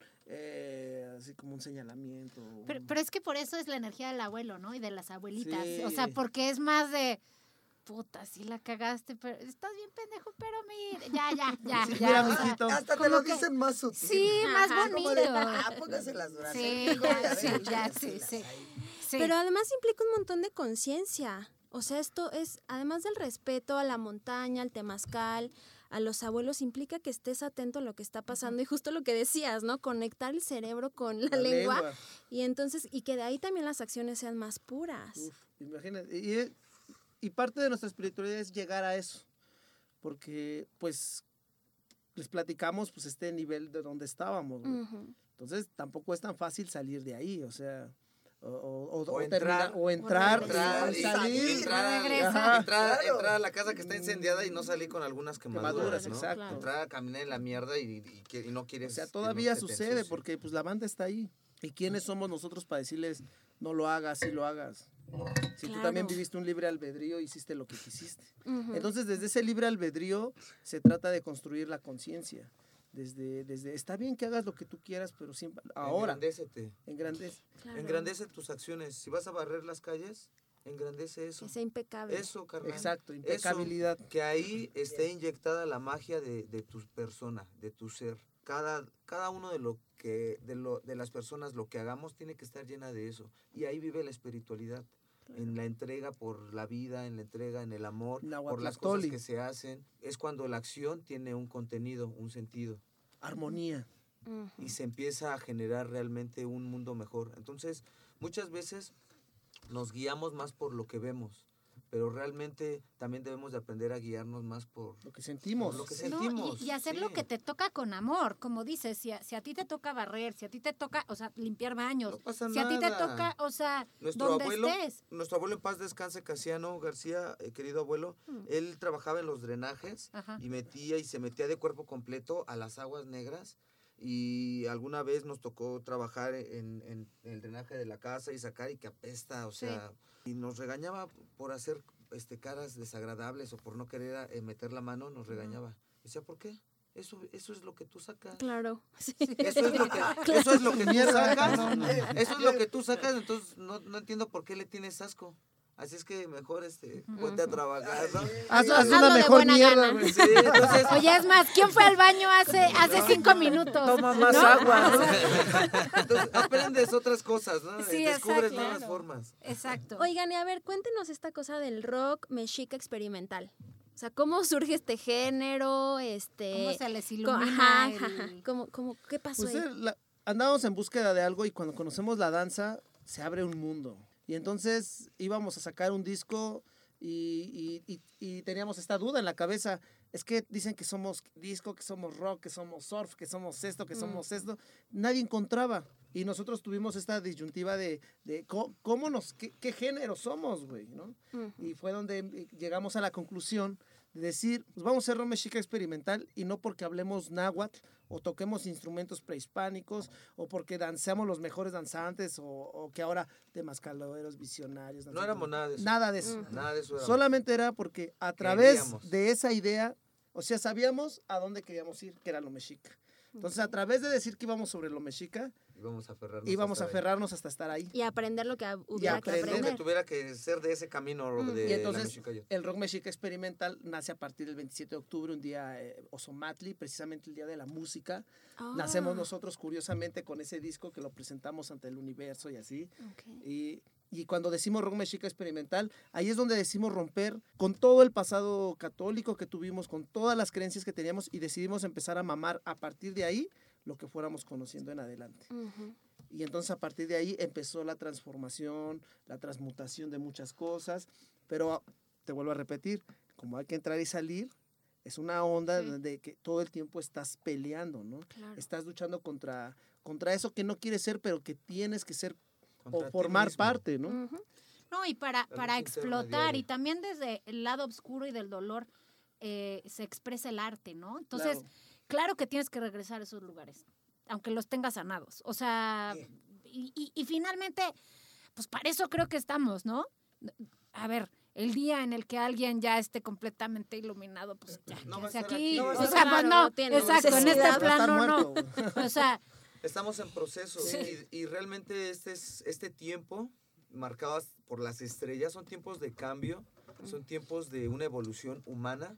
eh, así como un señalamiento. Pero, un- pero es que por eso es la energía del abuelo, ¿no? Y de las abuelitas. Sí. O sea, porque es más de, puta, sí la cagaste, pero estás bien pendejo, pero mira, ya, ya, ya, Sí, ya. mira, o sea, mijito. Hasta te como lo que- dicen más sutil. Sí, más Ajá, Como bonito. de, ah, póngase las duras. Sí, ya, sí, ya, sí, sí. Sí. Pero además implica un montón de conciencia. O sea, esto es, además del respeto a la montaña, al temazcal, a los abuelos, implica que estés atento a lo que está pasando y justo lo que decías, ¿no? Conectar el cerebro con la, La lengua, lengua. y entonces, y que de ahí también las acciones sean más puras. Uf, imagínate. Y, y parte de nuestra espiritualidad es llegar a eso. Porque, pues, les platicamos, pues, este nivel de donde estábamos. güey. Ujú. Entonces, tampoco es tan fácil salir de ahí, o sea, o, o, o- O o entrar. terminar- o entrar, regresar. y Entrar, salir. y- entrar, a- Regresa. Ajá. entrar, Claro. entrar a la casa que está incendiada y no salir con algunas quemaduras, Quemaduras, ¿no? exacto. Entrar a caminar en la mierda y, y que- y no O quieres... sea, que todavía no se te sucede ensucie. porque, pues, la banda está ahí. ¿Y quiénes somos nosotros para decirles, no lo hagas, sí lo hagas? Si tú también Claro. viviste un libre albedrío, hiciste lo que quisiste. Ujú. Entonces, desde ese libre albedrío se trata de construir la conciencia. desde, desde, está bien que hagas lo que tú quieras, pero siempre, ahora, Engrandécete. engrandece. Claro. Engrandece tus acciones. Si vas a barrer las calles, engrandece eso. Que sea impecable. Eso, carnal. Exacto, impecabilidad. Eso, que ahí esté inyectada la magia de, de tu persona, de tu ser. Cada, cada uno de lo que de lo de las personas lo que hagamos tiene que estar llena de eso. Y ahí vive la espiritualidad. En la entrega por la vida, en la entrega, en el amor, por las cosas que se hacen. Es cuando la acción tiene un contenido, un sentido. Armonía. Ujú. Y se empieza a generar realmente un mundo mejor. Entonces, muchas veces nos guiamos más por lo que vemos, pero realmente también debemos de aprender a guiarnos más por Lo que sentimos. por lo que No, sentimos. y, y hacer lo sí. que te toca con amor, como dices, si a, si a ti te toca barrer, si a ti te toca, o sea, limpiar baños, No pasa si a ti te nada. toca, o sea, Nuestro donde abuelo, estés. nuestro abuelo en paz descanse, Casiano García, eh, querido abuelo, él trabajaba en los drenajes Ajá. y metía y se metía de cuerpo completo a las aguas negras. Y alguna vez nos tocó trabajar en, en el drenaje de la casa y sacar y que apesta, o Sí. sea, y nos regañaba por hacer este caras desagradables o por no querer eh, meter la mano, nos regañaba. Decía, ¿por qué? Eso, eso es lo que tú sacas. Claro. Sí. Eso es lo que, eso es lo que tú sacas. Eso es lo que tú sacas, entonces no, no entiendo por qué le tienes asco. Así es que mejor este, ponte a trabajar, ¿no? Haz, haz Hazlo una de mejor buena mierda, gana. güey. Sí, entonces, Oye, es más, ¿quién fue al baño hace, hace cinco minutos? Toma más ¿No? agua. O sea, entonces aprendes otras cosas, ¿no? Sí, Descubres exacto. nuevas Claro. formas. exacto. Oigan, y a ver, cuéntenos esta cosa del rock mexica experimental. O sea, ¿cómo surge este género? Este, ¿Cómo se les co- ilumina ajá, el- ajá. ¿Cómo, cómo, ¿Qué pasó Pues ahí? eh, la- andábamos en búsqueda de algo y cuando conocemos la danza se abre un mundo. Y entonces íbamos a sacar un disco y, y- y- y teníamos esta duda en la cabeza. Es que dicen que somos disco, que somos rock, que somos surf, que somos esto, que Mm. somos esto. Nadie encontraba. Y nosotros tuvimos esta disyuntiva de, de co- cómo nos, qué, qué género somos, güey, ¿no? Ujú. Y fue donde eh, llegamos a la conclusión de decir, pues vamos a hacer rock mexica experimental y no porque hablemos náhuatl o toquemos instrumentos prehispánicos o porque danzamos los mejores danzantes o, o que ahora temascaleros, visionarios. No danzantes. éramos nada de eso. Nada de eso. Mm. Nada de eso éramos. Solamente era porque a través Queríamos. de esa idea, o sea, sabíamos a dónde queríamos ir, que era lo mexica. Entonces, a través de decir que íbamos sobre lo mexica, Íbamos a aferrarnos. íbamos a hasta ahí. aferrarnos hasta estar ahí. Y aprender lo que hab- hubiera que aprender. Lo que aprender. tuviera que ser de ese camino Mm. de Y la entonces, Mexicayo. el rock mexica experimental nace a partir del veintisiete de octubre, un día eh, Ozomatli, precisamente el día de la música. Ah, Nacemos nosotros, curiosamente, con ese disco que lo presentamos ante el universo y así. ok. Y, y cuando decimos rock mexica experimental, ahí es donde decimos romper con todo el pasado católico que tuvimos, con todas las creencias que teníamos y decidimos empezar a mamar a partir de ahí lo que fuéramos conociendo en adelante. Ujú. Y entonces a partir de ahí empezó la transformación, la transmutación de muchas cosas, pero te vuelvo a repetir, como hay que entrar y salir, es una onda Sí. de que todo el tiempo estás peleando, ¿no? Claro. Estás luchando contra, contra eso que no quieres ser, pero que tienes que ser Contra o ti formar mismo. parte, ¿no? Ujú. No, y para, La para lucha interna explotar, diaria. y también desde el lado oscuro y del dolor eh, se expresa el arte, ¿no? Entonces, Claro. claro que tienes que regresar a esos lugares, aunque los tengas sanados. O sea, Sí. y, y- y finalmente, pues para eso creo que estamos, ¿no? A ver, el día en el que alguien ya esté completamente iluminado, pues ya, No ¿qué va a hace estar aquí? aquí. No va a O estar sea, aquí. pues Claro, no, no tiene exacto, en este necesidad. Va a estar plano no. muerto, güey. O sea, Estamos en proceso Sí. y, y realmente este, es, este tiempo, marcados por las estrellas, son tiempos de cambio, son tiempos de una evolución humana,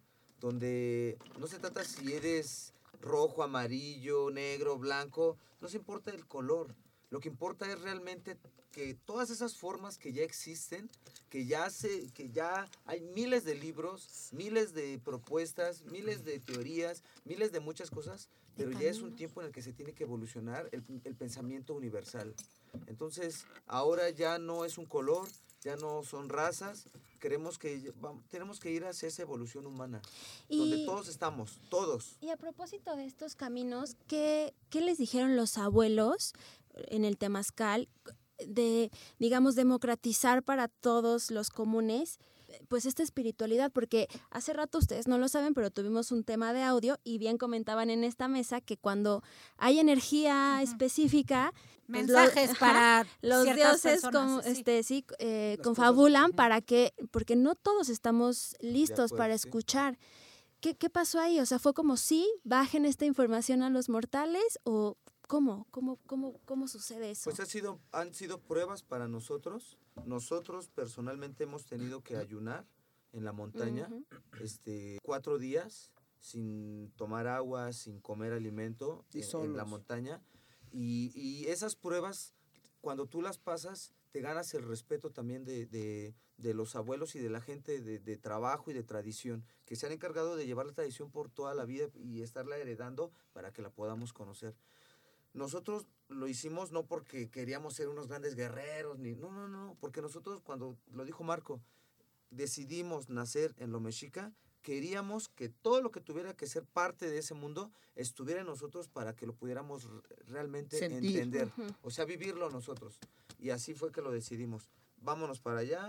donde no se trata si eres rojo, amarillo, negro, blanco, no se importa el color, lo que importa es realmente que todas esas formas que ya existen, que ya, se, que ya hay miles de libros, miles de propuestas, miles de teorías, miles de muchas cosas, pero ya es un tiempo en el que se tiene que evolucionar el, el pensamiento universal. Entonces, ahora ya no es un color, ya no son razas, queremos que, vamos, tenemos que ir hacia esa evolución humana, donde Y, todos estamos, todos. y a propósito de estos caminos, ¿qué, qué les dijeron los abuelos en el temazcal de, digamos, democratizar para todos los comunes, pues esta espiritualidad? Porque hace rato ustedes no lo saben, pero tuvimos un tema de audio y bien comentaban en esta mesa que cuando hay energía Ujú. específica, pues, lo- mensajes ajá, para los ciertas dioses personas, como, sí. este, sí, eh, Las confabulan cosas, ujú. para que, porque no todos estamos listos acuerdo, para sí. escuchar. ¿qué, ¿qué pasó ahí? O sea, ¿fue como sí, bajen esta información a los mortales o cómo? ¿Cómo, cómo, cómo sucede eso? Pues ha sido, han sido pruebas para nosotros. Nosotros personalmente hemos tenido que ayunar en la montaña Ujú. este, cuatro días sin tomar agua, sin comer alimento Y en, en solos. la montaña. Y, y esas pruebas, cuando tú las pasas, te ganas el respeto también de, de, de los abuelos y de la gente de, de trabajo y de tradición, que se han encargado de llevar la tradición por toda la vida y estarla heredando para que la podamos conocer. Nosotros lo hicimos no porque queríamos ser unos grandes guerreros, ni no, no, no, porque nosotros, cuando lo dijo Marco, decidimos nacer en lo mexica, queríamos que todo lo que tuviera que ser parte de ese mundo estuviera en nosotros para que lo pudiéramos r- realmente Sentir. entender, Ujú. o sea, vivirlo nosotros. Y así fue que lo decidimos. Vámonos para allá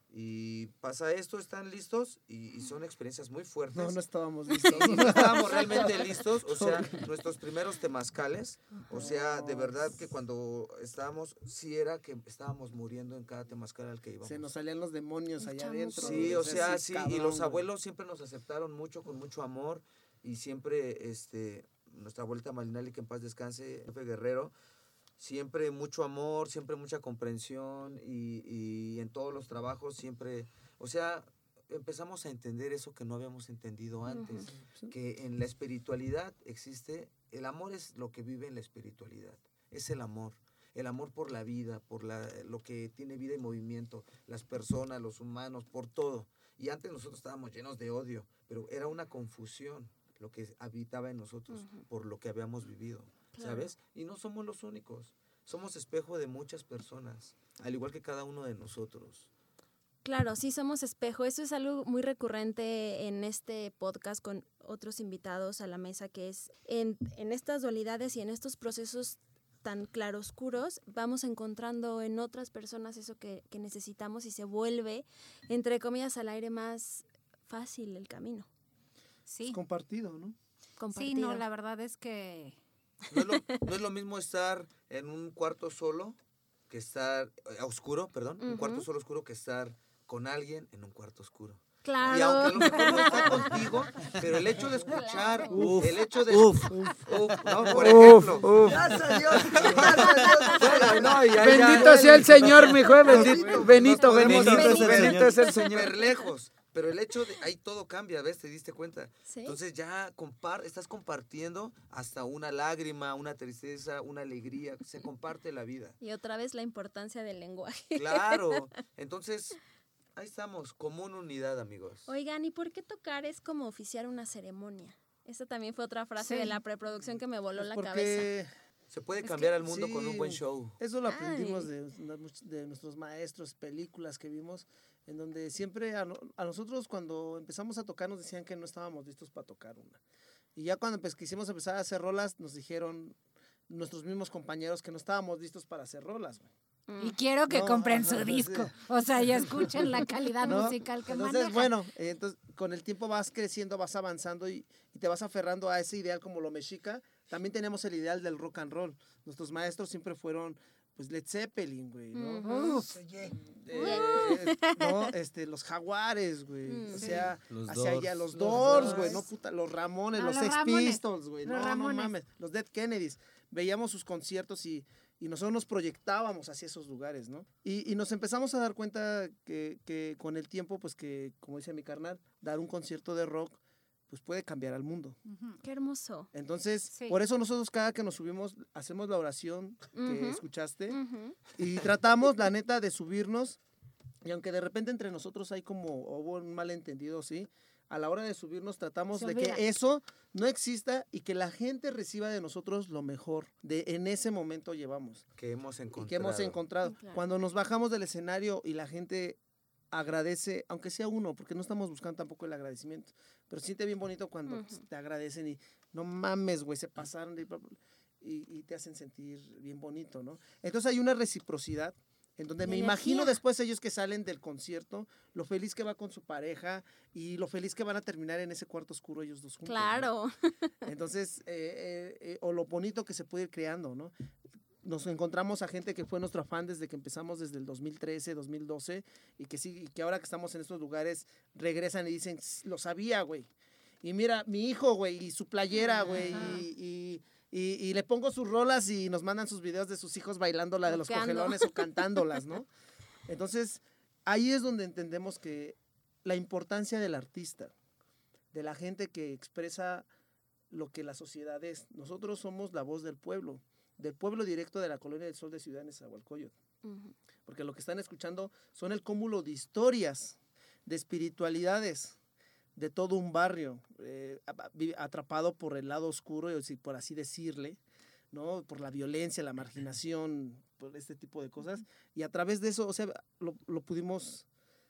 y pasa esto, ¿están listos? Y, y son experiencias muy fuertes. No, no estábamos listos. Y no estábamos realmente listos, o sea, nuestros primeros temazcales, o sea, de verdad que cuando estábamos, sí era que estábamos muriendo en cada temazcal al que íbamos. Se nos salían los demonios allá Chamuco. adentro. Sí, o sea, sí, sí, cabrón, y los güey. abuelos siempre nos aceptaron mucho, con mucho amor, y siempre, este, nuestra abuelita Malinali, que en paz descanse, Pepe Guerrero, siempre mucho amor, siempre mucha comprensión, y, y en todos los trabajos siempre, o sea, empezamos a entender eso que no habíamos entendido antes, que en la espiritualidad existe, el amor es lo que vive en la espiritualidad, es el amor. El amor por la vida, por la, lo que tiene vida y movimiento, las personas, los humanos, por todo. Y antes nosotros estábamos llenos de odio, pero era una confusión lo que habitaba en nosotros Ujú. por lo que habíamos vivido, Claro. ¿sabes? Y no somos los únicos, somos espejo de muchas personas, al igual que cada uno de nosotros. Claro, sí somos espejo. Eso es algo muy recurrente en este podcast con otros invitados a la mesa, que es en, en estas dualidades y en estos procesos tan claroscuros, vamos encontrando en otras personas eso que, que necesitamos y se vuelve, entre comillas, al aire más fácil el camino. Sí. Es compartido, ¿no? Sí, Compartido. no, la verdad es que No es lo, no es lo mismo estar en un cuarto solo que estar, eh, oscuro, perdón, un cuarto Ujú. solo oscuro que estar con alguien en un cuarto oscuro. Claro. Y aunque a lo mejor no está contigo, pero el hecho de escuchar, Uf, el hecho de... uf, uf, ¿no? Por Uf, ejemplo. uf. Gracias a Dios, gracias a Dios. No, y ahí ya- Bendito sea el Señor, mi hijo. Bendito, Benito, Benito, nos podemos Benito, ir Benito, Benito es el Señor. Súper lejos, pero el hecho de... Ahí todo cambia, ¿ves? ¿Te diste cuenta? Sí. Entonces ya compar, estás compartiendo hasta una lágrima, una tristeza, una alegría. Se comparte la vida. Y otra vez la importancia del lenguaje. Claro. Entonces, ahí estamos, como una unidad, amigos. Oigan, ¿y por qué tocar es como oficiar una ceremonia? Esa también fue otra frase Sí. de la preproducción que me voló Pues la cabeza. porque Se puede Es cambiar que- al mundo con un buen sí, show. Eso lo aprendimos Ay. de, de nuestros maestros, películas que vimos, en donde siempre a, no- a nosotros cuando empezamos a tocar nos decían que no estábamos listos para tocar una. Y ya cuando pues, quisimos empezar a hacer rolas, nos dijeron nuestros mismos compañeros que no estábamos listos para hacer rolas, güey. y quiero que No, compren ajá, su sí. disco. O sea, ya escuchen la calidad ¿No? musical que Entonces, manejan. bueno, eh, entonces con el tiempo vas creciendo, vas avanzando y, y te vas aferrando a ese ideal como lo mexica. También tenemos el ideal del rock and roll. Nuestros maestros siempre fueron, pues, Led Zeppelin, güey, ¿no? Ujú. Uf, Oye, Eh, no, este, los Jaguares, güey. Mm, O sí. sea, Los hacia allá, Doors. los Los Doors, Doors. güey, no puta, los Ramones, No, los los Sex Ramones. Pistols, güey. Los No, no Ramones. mames. Los Dead Kennedys. Veíamos sus conciertos y, y nosotros nos proyectábamos hacia esos lugares, ¿no? Y, y nos empezamos a dar cuenta que, que con el tiempo, pues que, como dice mi carnal, dar un concierto de rock, pues puede cambiar al mundo. ujú. Qué hermoso. Entonces, Sí. por eso nosotros cada que nos subimos, hacemos la oración que Ujú. escuchaste. Ujú. Y tratamos, la neta, de subirnos. Y aunque de repente entre nosotros hay como, hubo un malentendido, ¿sí? A la hora de subirnos tratamos Se de olvida. que eso no exista y que la gente reciba de nosotros lo mejor de en ese momento llevamos Que hemos encontrado. y que hemos encontrado. Sí, claro. Cuando nos bajamos del escenario y la gente agradece, aunque sea uno, porque no estamos buscando tampoco el agradecimiento, pero se siente bien bonito cuando Ujú. te agradecen y no mames, güey, se pasaron de- y, y te hacen sentir bien bonito, ¿no? Entonces hay una reciprocidad en donde Y me imagino energía. después ellos que salen del concierto, lo feliz que va con su pareja y lo feliz que van a terminar en ese cuarto oscuro ellos dos juntos. ¿no? Claro. Entonces, eh, eh, eh, o lo bonito que se puede ir creando, ¿no? Nos encontramos a gente que fue nuestro fan desde que empezamos desde el dos mil trece, dos mil doce, y que sí, y que ahora que estamos en estos lugares regresan y dicen, "S- lo sabía, güey. y mira, mi hijo, güey, y su playera, güey, y, y, y, y le pongo sus rolas y nos mandan sus videos de sus hijos bailando la de los Rockeando. cogelones o cantándolas, ¿no? Entonces, ahí es donde entendemos que la importancia del artista, de la gente que expresa lo que la sociedad es. Nosotros somos la voz del pueblo, del pueblo directo de la Colonia del Sol de Ciudad Nezahualcóyotl. Ujú. Porque lo que están escuchando son el cúmulo de historias, de espiritualidades, de todo un barrio, eh, atrapado por el lado oscuro, por así decirle, ¿no? Por la violencia, la marginación, por este tipo de cosas. Y a través de eso, o sea, lo, lo pudimos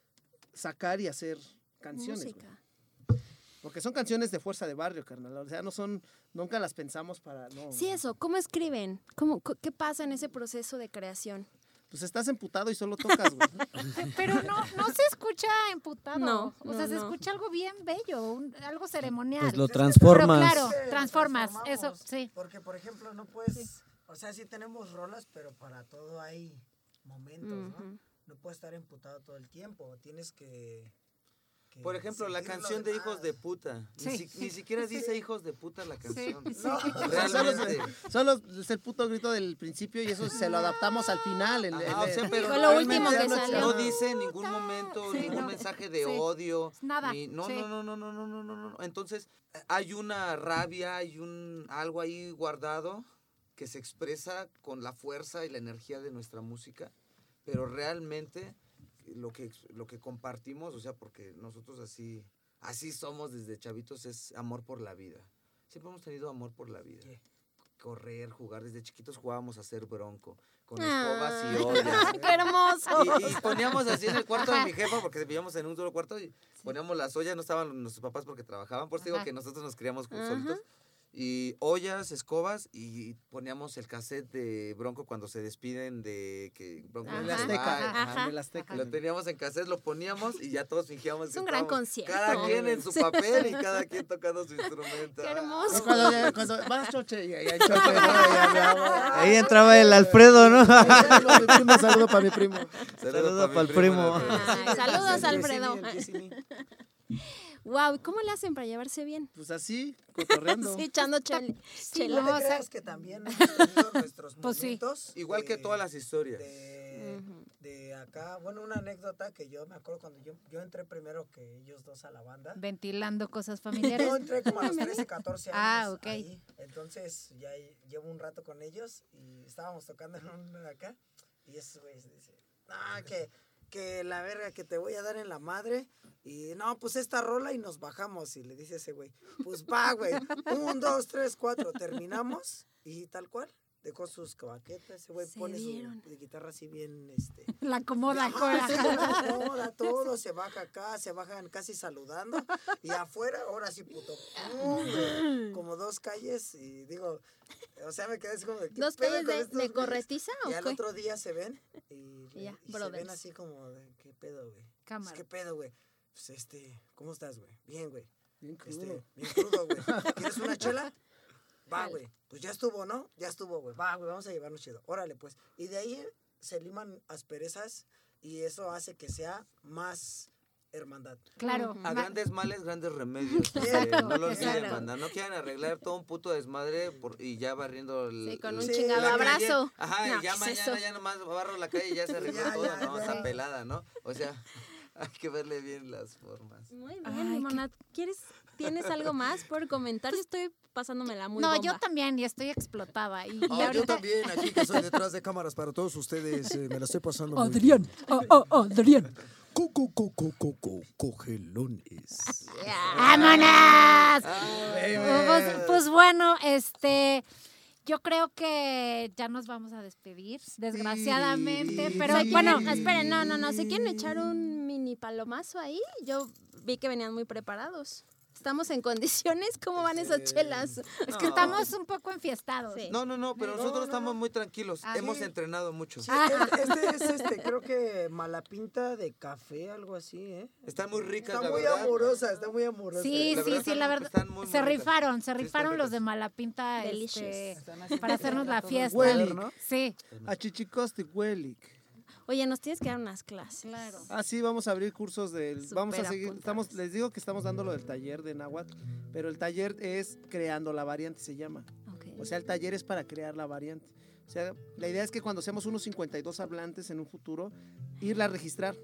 sacar y hacer canciones. Música. Güey. Porque son canciones de fuerza de barrio, carnal. O sea, no son, nunca las pensamos para, no. Sí, eso, ¿cómo escriben? ¿Cómo, ¿Qué pasa en ese proceso de creación? Pues estás emputado y solo tocas, güey. Pero no, no se escucha emputado. No, o sea, no, se no. escucha algo bien bello, un- algo ceremonial. Pues lo Es que transformas. Pero claro, Es que lo transformas, transformamos, eso, sí. Porque, por ejemplo, no puedes, o sea, sí tenemos rolas, pero para todo hay momentos, ¿no? Ujú. No puedes estar emputado todo el tiempo, tienes que... que Por ejemplo, la sentir lo canción de demás. Hijos de Puta. Ni, Sí. si- ni siquiera dice Hijos de Puta la canción. No, Realmente. Solo es el puto grito del principio y eso se lo adaptamos al final. el- Ajá, el- o sea, pero Fue lo último realmente que no- salió. No dice en ningún momento Sí, ningún no. mensaje de Sí. odio. Nada, ni- no, sí. no, no, no, no, no, no, no, no. Entonces, eh, hay una rabia, hay un algo ahí guardado que se expresa con la fuerza y la energía de nuestra música, pero realmente lo que lo que compartimos, o sea, porque nosotros así así somos desde chavitos, es amor por la vida. Siempre hemos tenido amor por la vida. ¿Qué? Correr, jugar, desde chiquitos jugábamos a ser bronco, con Ah, escobas y ollas. ¡Qué hermoso! Y, y poníamos así en el cuarto de mi jefa, porque vivíamos en un solo cuarto, y poníamos las ollas, no estaban nuestros papás porque trabajaban, por eso digo Ajá. que nosotros nos criamos Ajá. solitos. Y ollas, escobas, y poníamos el cassette de Bronco cuando se despiden de que Bronco Ajá. En el se Azteca. va. Ajá. Ajá, en el Azteca. Lo teníamos en cassette, lo poníamos y ya todos fingíamos Es que un gran estábamos concierto. cada quien en su Sí. papel y cada quien tocando su instrumento. ¡Qué Y hermoso! cuando, ya- cuando vas, Choche, y ahí hay Choche, ¿no? Y ya, ya, ya. Ahí entraba el Alfredo, ¿no? Saludo, mi primo, saludo para mi primo. Saludo pa' pa'l mi primo. Alfredo. Ay, saludos, El Alfredo. Yesini, el Yesini. Wow, ¿cómo le hacen para llevarse bien? Pues así, cotorreando. Sí, echando chel- Sí, chela. No o te sea, creas que también hemos tenido nuestros Pues sí. momentos. Igual que de- todas las historias. De, Ujú. de acá, bueno, una anécdota que yo me acuerdo cuando yo, yo entré primero que ellos dos a la banda. Ventilando cosas familiares. Yo entré como a los trece, catorce años. Ah, ok. ahí. Entonces ya llevo un rato con ellos y estábamos tocando en un de acá. Y esos güeyes dicen, no, que, que la verga que te voy a dar en la madre. Y no, pues esta rola y nos bajamos. Y le dice ese güey, pues va, güey. Un, dos, tres, cuatro. Terminamos y tal cual. Dejó sus baquetas. Ese güey Se pone dieron. su guitarra así bien, este... La acomoda, Ajá, cola. se acomoda todo, se baja acá, se bajan casi saludando. Y afuera, ahora sí, puto. ¡pum! güey! Como dos calles y digo, o sea, me quedé así como de... ¿qué ¿Dos pedo calles con de, estos de güeyes? corretiza Y o al qué? otro día se ven y, Y ya, y se brothers. ven así como de, ¿qué pedo, güey? Pues, Cámara. ¿qué pedo, güey? Pues este, ¿cómo estás, güey? Bien, güey. Bien crudo. Este, bien crudo, güey. ¿Quieres una chela? Va, Dale. güey. Pues ya estuvo, ¿no? Ya estuvo, güey. Va, güey, vamos a llevarnos chido. Órale, pues. Y de ahí se liman asperezas y eso hace que sea más hermandad. Claro. Ujú. A ma- grandes males, grandes remedios. Exacto, Eh, no lo olviden, exacto. banda. No quieran arreglar todo un puto desmadre por- y ya barriendo el, Sí, con un el- Sí, chingado la calle. abrazo. Ajá, No, y ya ¿qué es mañana eso? ya nomás barro la calle y ya se arregló Ya, todo, ya, ¿no? ya. Está pelada, ¿no? O sea, hay que verle bien las formas. Muy bien, Ay, Limonada. ¿Quieres, ¿Tienes algo más por comentar? Yo estoy pasándomela muy No, bomba. yo también, y estoy explotada. Y, y Ah, yo ahorita... también, aquí que soy detrás de cámaras para todos ustedes, eh, me la estoy pasando muy Adrián, oh, oh, Adrián. Coco, coco, coco, cogelones. ¡Vámonos! Ay, Pues, pues bueno, este, yo creo que ya nos vamos a despedir, desgraciadamente, pero ¿Se bueno, quieren- esperen, no, no, no. ¿Se quieren echar un mini palomazo ahí? Yo vi que venían muy preparados. ¿Estamos en condiciones? ¿Cómo van esas chelas? es que estamos un poco enfiestados. Sí. No, no, no, pero No, nosotros no, estamos no. muy tranquilos. Ah, Hemos sí. entrenado mucho. Sí, este, este es este, creo que malapinta de café, algo así, ¿eh? Están muy ricas, Está la muy verdad. amorosa, está muy amorosa. Sí, La sí, verdad sí, están la muy- verdad. están muy, muy Se ricas. rifaron, se Sí, rifaron están los de ricas. Malapinta, Delicious. este, para hacernos la fiesta. Huelic. Sí. A Chichicosti, Huelic. Oye, nos tienes que dar unas clases. Claro. Ah, sí, vamos a abrir cursos del... Súper Vamos a seguir, apuntados. estamos, les digo que estamos dando lo del taller de náhuatl, pero el taller es creando la variante, se llama. Ok. O sea, el taller es para crear la variante. O sea, la idea es que cuando seamos unos cincuenta y dos hablantes en un futuro, irla a registrar.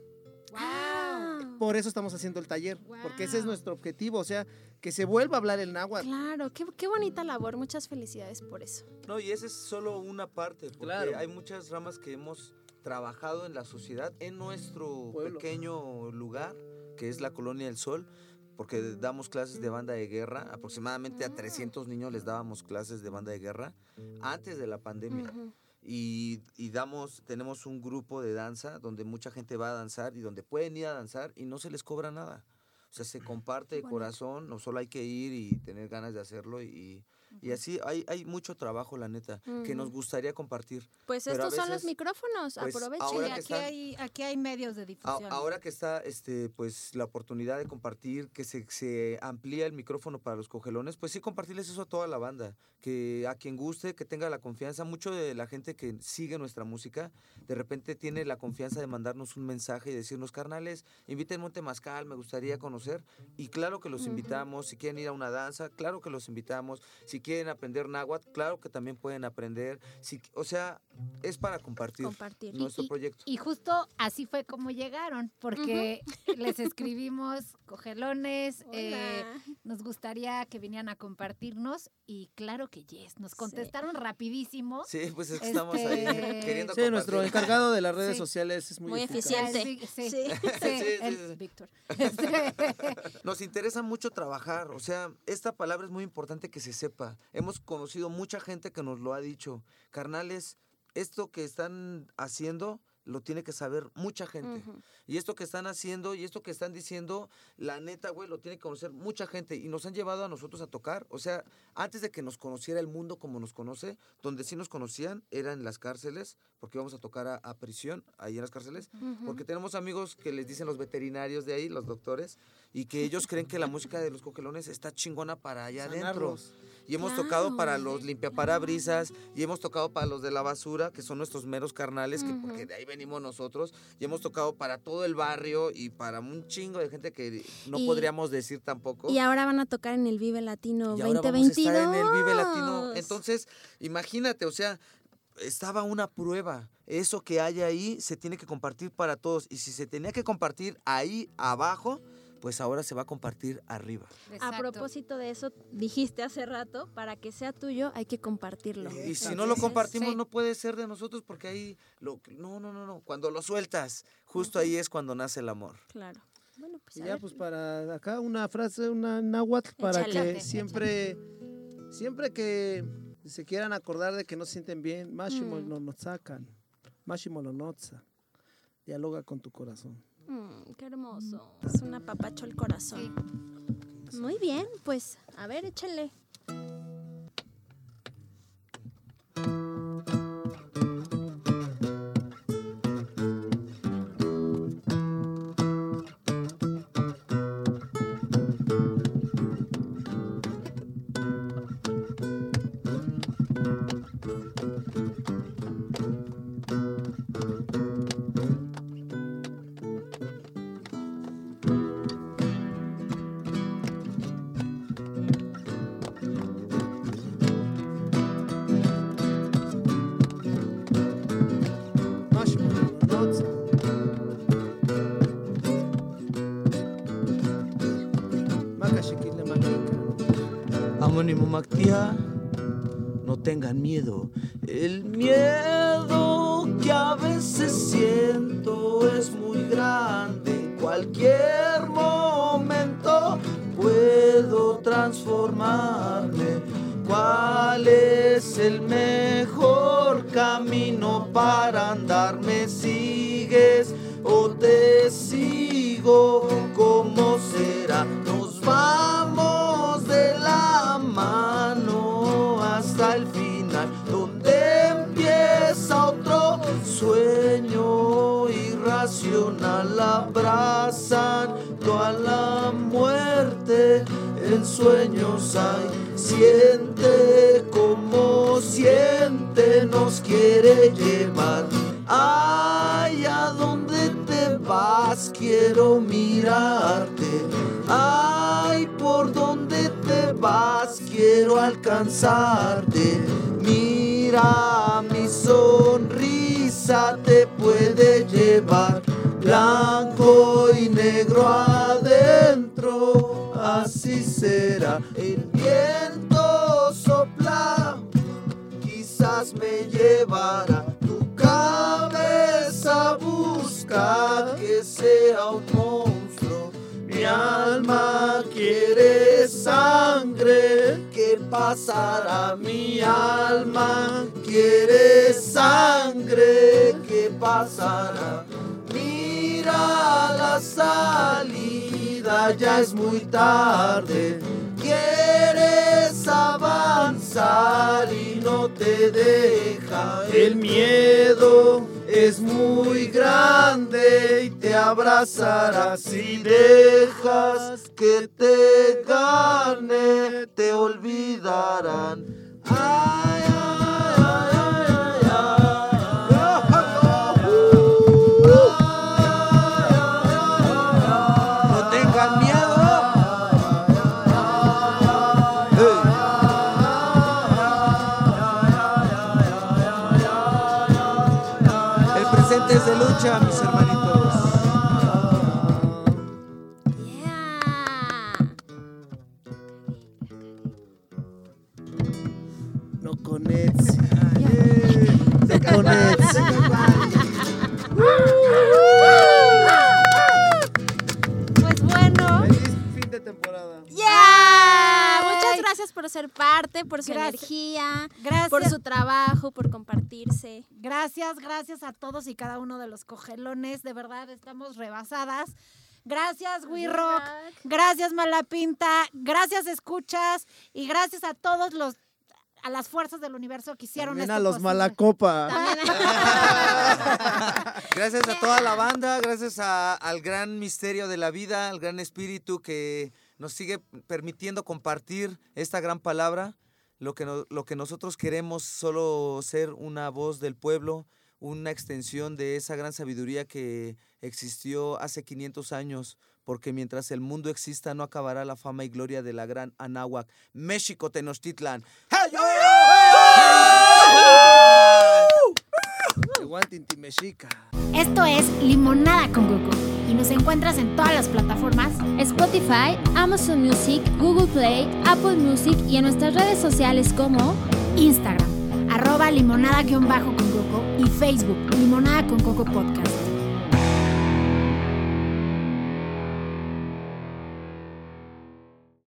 Ah, Por eso estamos haciendo el taller, porque ese es Wow. nuestro objetivo, o sea, que se vuelva a hablar el náhuatl. claro, qué, qué bonita labor. Muchas felicidades por eso. No, y esa es solo una parte, porque Claro. hay muchas ramas que hemos trabajado en la sociedad, en nuestro Pueblo. pequeño lugar, que es la Colonia del Sol, porque damos clases de banda de guerra, aproximadamente a trescientos niños les dábamos clases de banda de guerra antes de la pandemia. Ujú. Y, y damos, tenemos un grupo de danza donde mucha gente va a danzar y donde pueden ir a danzar y no se les cobra nada. O sea, se comparte de Bonito. corazón, no solo hay que ir y tener ganas de hacerlo y, y así hay, hay mucho trabajo, la neta, que nos Ujú. gustaría compartir. Pues Pero a estos son los veces, micrófonos. pues, Aprovechen. ahora Sí, que aquí están- hay, aquí hay medios de A- difusión. ahora que está este, pues, la oportunidad de compartir, que se, se amplía el micrófono para los cogelones, pues sí compartirles eso a toda la banda, que a quien guste, que tenga la confianza. Mucho de la gente que sigue nuestra música, de repente tiene la confianza de mandarnos un mensaje y decirnos, carnales, invítenme a un temazcal, me gustaría conocer. Y claro que los Ujú. invitamos, si quieren ir a una danza, claro que los invitamos. Si quieren aprender náhuatl, claro que también pueden aprender. Si, o sea, es para compartir, Compartir. nuestro Y- proyecto. Y justo así fue como llegaron, porque les escribimos cogelones, eh, Hola. nos gustaría que vinieran a compartirnos y claro que yes, nos contestaron rapidísimo. Sí, pues es que estamos ahí Este, queriendo Sí, nuestro compartir. encargado de las redes Sí. sociales es muy, Muy eficaz. eficiente. Sí, sí, Sí. sí, Sí, sí, él, sí. Víctor. Este, Nos interesa mucho trabajar, o sea, esta palabra es muy importante que se sepa. Hemos conocido mucha gente que nos lo ha dicho. Carnales, esto que están haciendo lo tiene que saber mucha gente. Ujú. Y esto que están haciendo y esto que están diciendo, la neta, güey, lo tiene que conocer mucha gente. Y nos han llevado a nosotros a tocar. O sea, antes de que nos conociera el mundo como nos conoce, donde sí nos conocían era en las cárceles, porque íbamos a tocar a, a prisión, ahí en las cárceles. Ujú. Porque tenemos amigos que les dicen los veterinarios de ahí, los doctores, y que ellos creen que la música de los cogelones está chingona para allá adentro. Sanarlos. Y hemos Claro. tocado para los limpiaparabrisas, y hemos tocado para los de la basura, que son nuestros meros carnales, que, Ujú. porque de ahí venimos nosotros, y hemos tocado para todo el barrio y para un chingo de gente que no Y- podríamos decir tampoco. Y ahora van a tocar en el Vive Latino Y ahora veinte vamos a veintidós. estar en el Vive Latino. Entonces, imagínate, o sea, estaba una prueba. Eso que hay ahí se tiene que compartir para todos. Y si se tenía que compartir ahí abajo, pues ahora se va a compartir arriba. A exacto. propósito de eso, dijiste hace rato, para que sea tuyo hay que compartirlo. Y si Exacto. no lo Sí, compartimos, sí. no puede ser de nosotros porque ahí lo no, no, no, no. Cuando lo sueltas, justo ahí es cuando nace el amor. Claro. Bueno, pues Y a ya, ver. pues para acá una frase, una náhuatl, para Échale. que siempre, siempre que se quieran acordar de que no se sienten bien, máximo Mm. no nos sacan, máximo lo notza, dialoga con tu corazón. Mm, qué hermoso. Es un apapacho el corazón. Muy bien, pues a ver, échale. Máximo lo notza. Maca chiquile maquica. Amónimo Mactía, no tengan miedo. El miedo que a veces siento es muy grande. En cualquier momento puedo transformarme. ¿Cuál es el mejor camino para andar? ¿Me sigues o te sigo? ¿Cómo será? Nos vamos de la mano hasta el final, donde empieza otro sueño irracional, abrazando a la muerte. En sueños hay, siente como siente, nos quiere llevar. Ay, ay. quiero mirarte. Ay, por donde te vas, quiero alcanzarte. Mira, mi sonrisa te puede llevar, blanco y negro adentro, así será. El viento sopla, quizás me llevará, tu cabeza busca que sea un monstruo. Mi alma quiere sangre, ¿qué pasará? Mi alma quiere sangre, ¿qué pasará? Mira la salida, ya es muy tarde. Quieres avanzar y no te deja. El miedo es muy grande y te abrazará. Si dejas que te gane, te olvidarán. Ay, ay, ay, ay, ay, ay. No tengan miedo. El presente es de lucha, mis hermanitos. Yeah. No conectes. No conectes. Pues bueno. Feliz fin de temporada. Yeah. Muchas gracias por ser parte, por su Gracias. energía, Gracias. por su trabajo, por compartirse. Gracias, gracias a todos y cada uno de los cogelones. De verdad, estamos rebasadas. Gracias, We Rock. Gracias, Malapinta. Gracias, Escuchas. Y gracias a todos los, a las fuerzas del universo que hicieron También esto a los posible. Malacopa. Gracias a toda la banda, gracias a- al gran misterio de la vida, al gran espíritu que nos sigue permitiendo compartir esta gran palabra. Lo que, no- lo que nosotros queremos solo ser una voz del pueblo, una extensión de esa gran sabiduría que existió hace quinientos años, porque mientras el mundo exista no acabará la fama y gloria de la gran Anáhuac, México Tenochtitlan. ¡Hey, yo! Tehuantinti Mexica. Esto es Limonada con Coco y nos encuentras en todas las plataformas. Spotify, Amazon Music, Google Play, Apple Music y en nuestras redes sociales como Instagram, arroba limonada-con coco y Facebook, Limonada con Coco Podcast.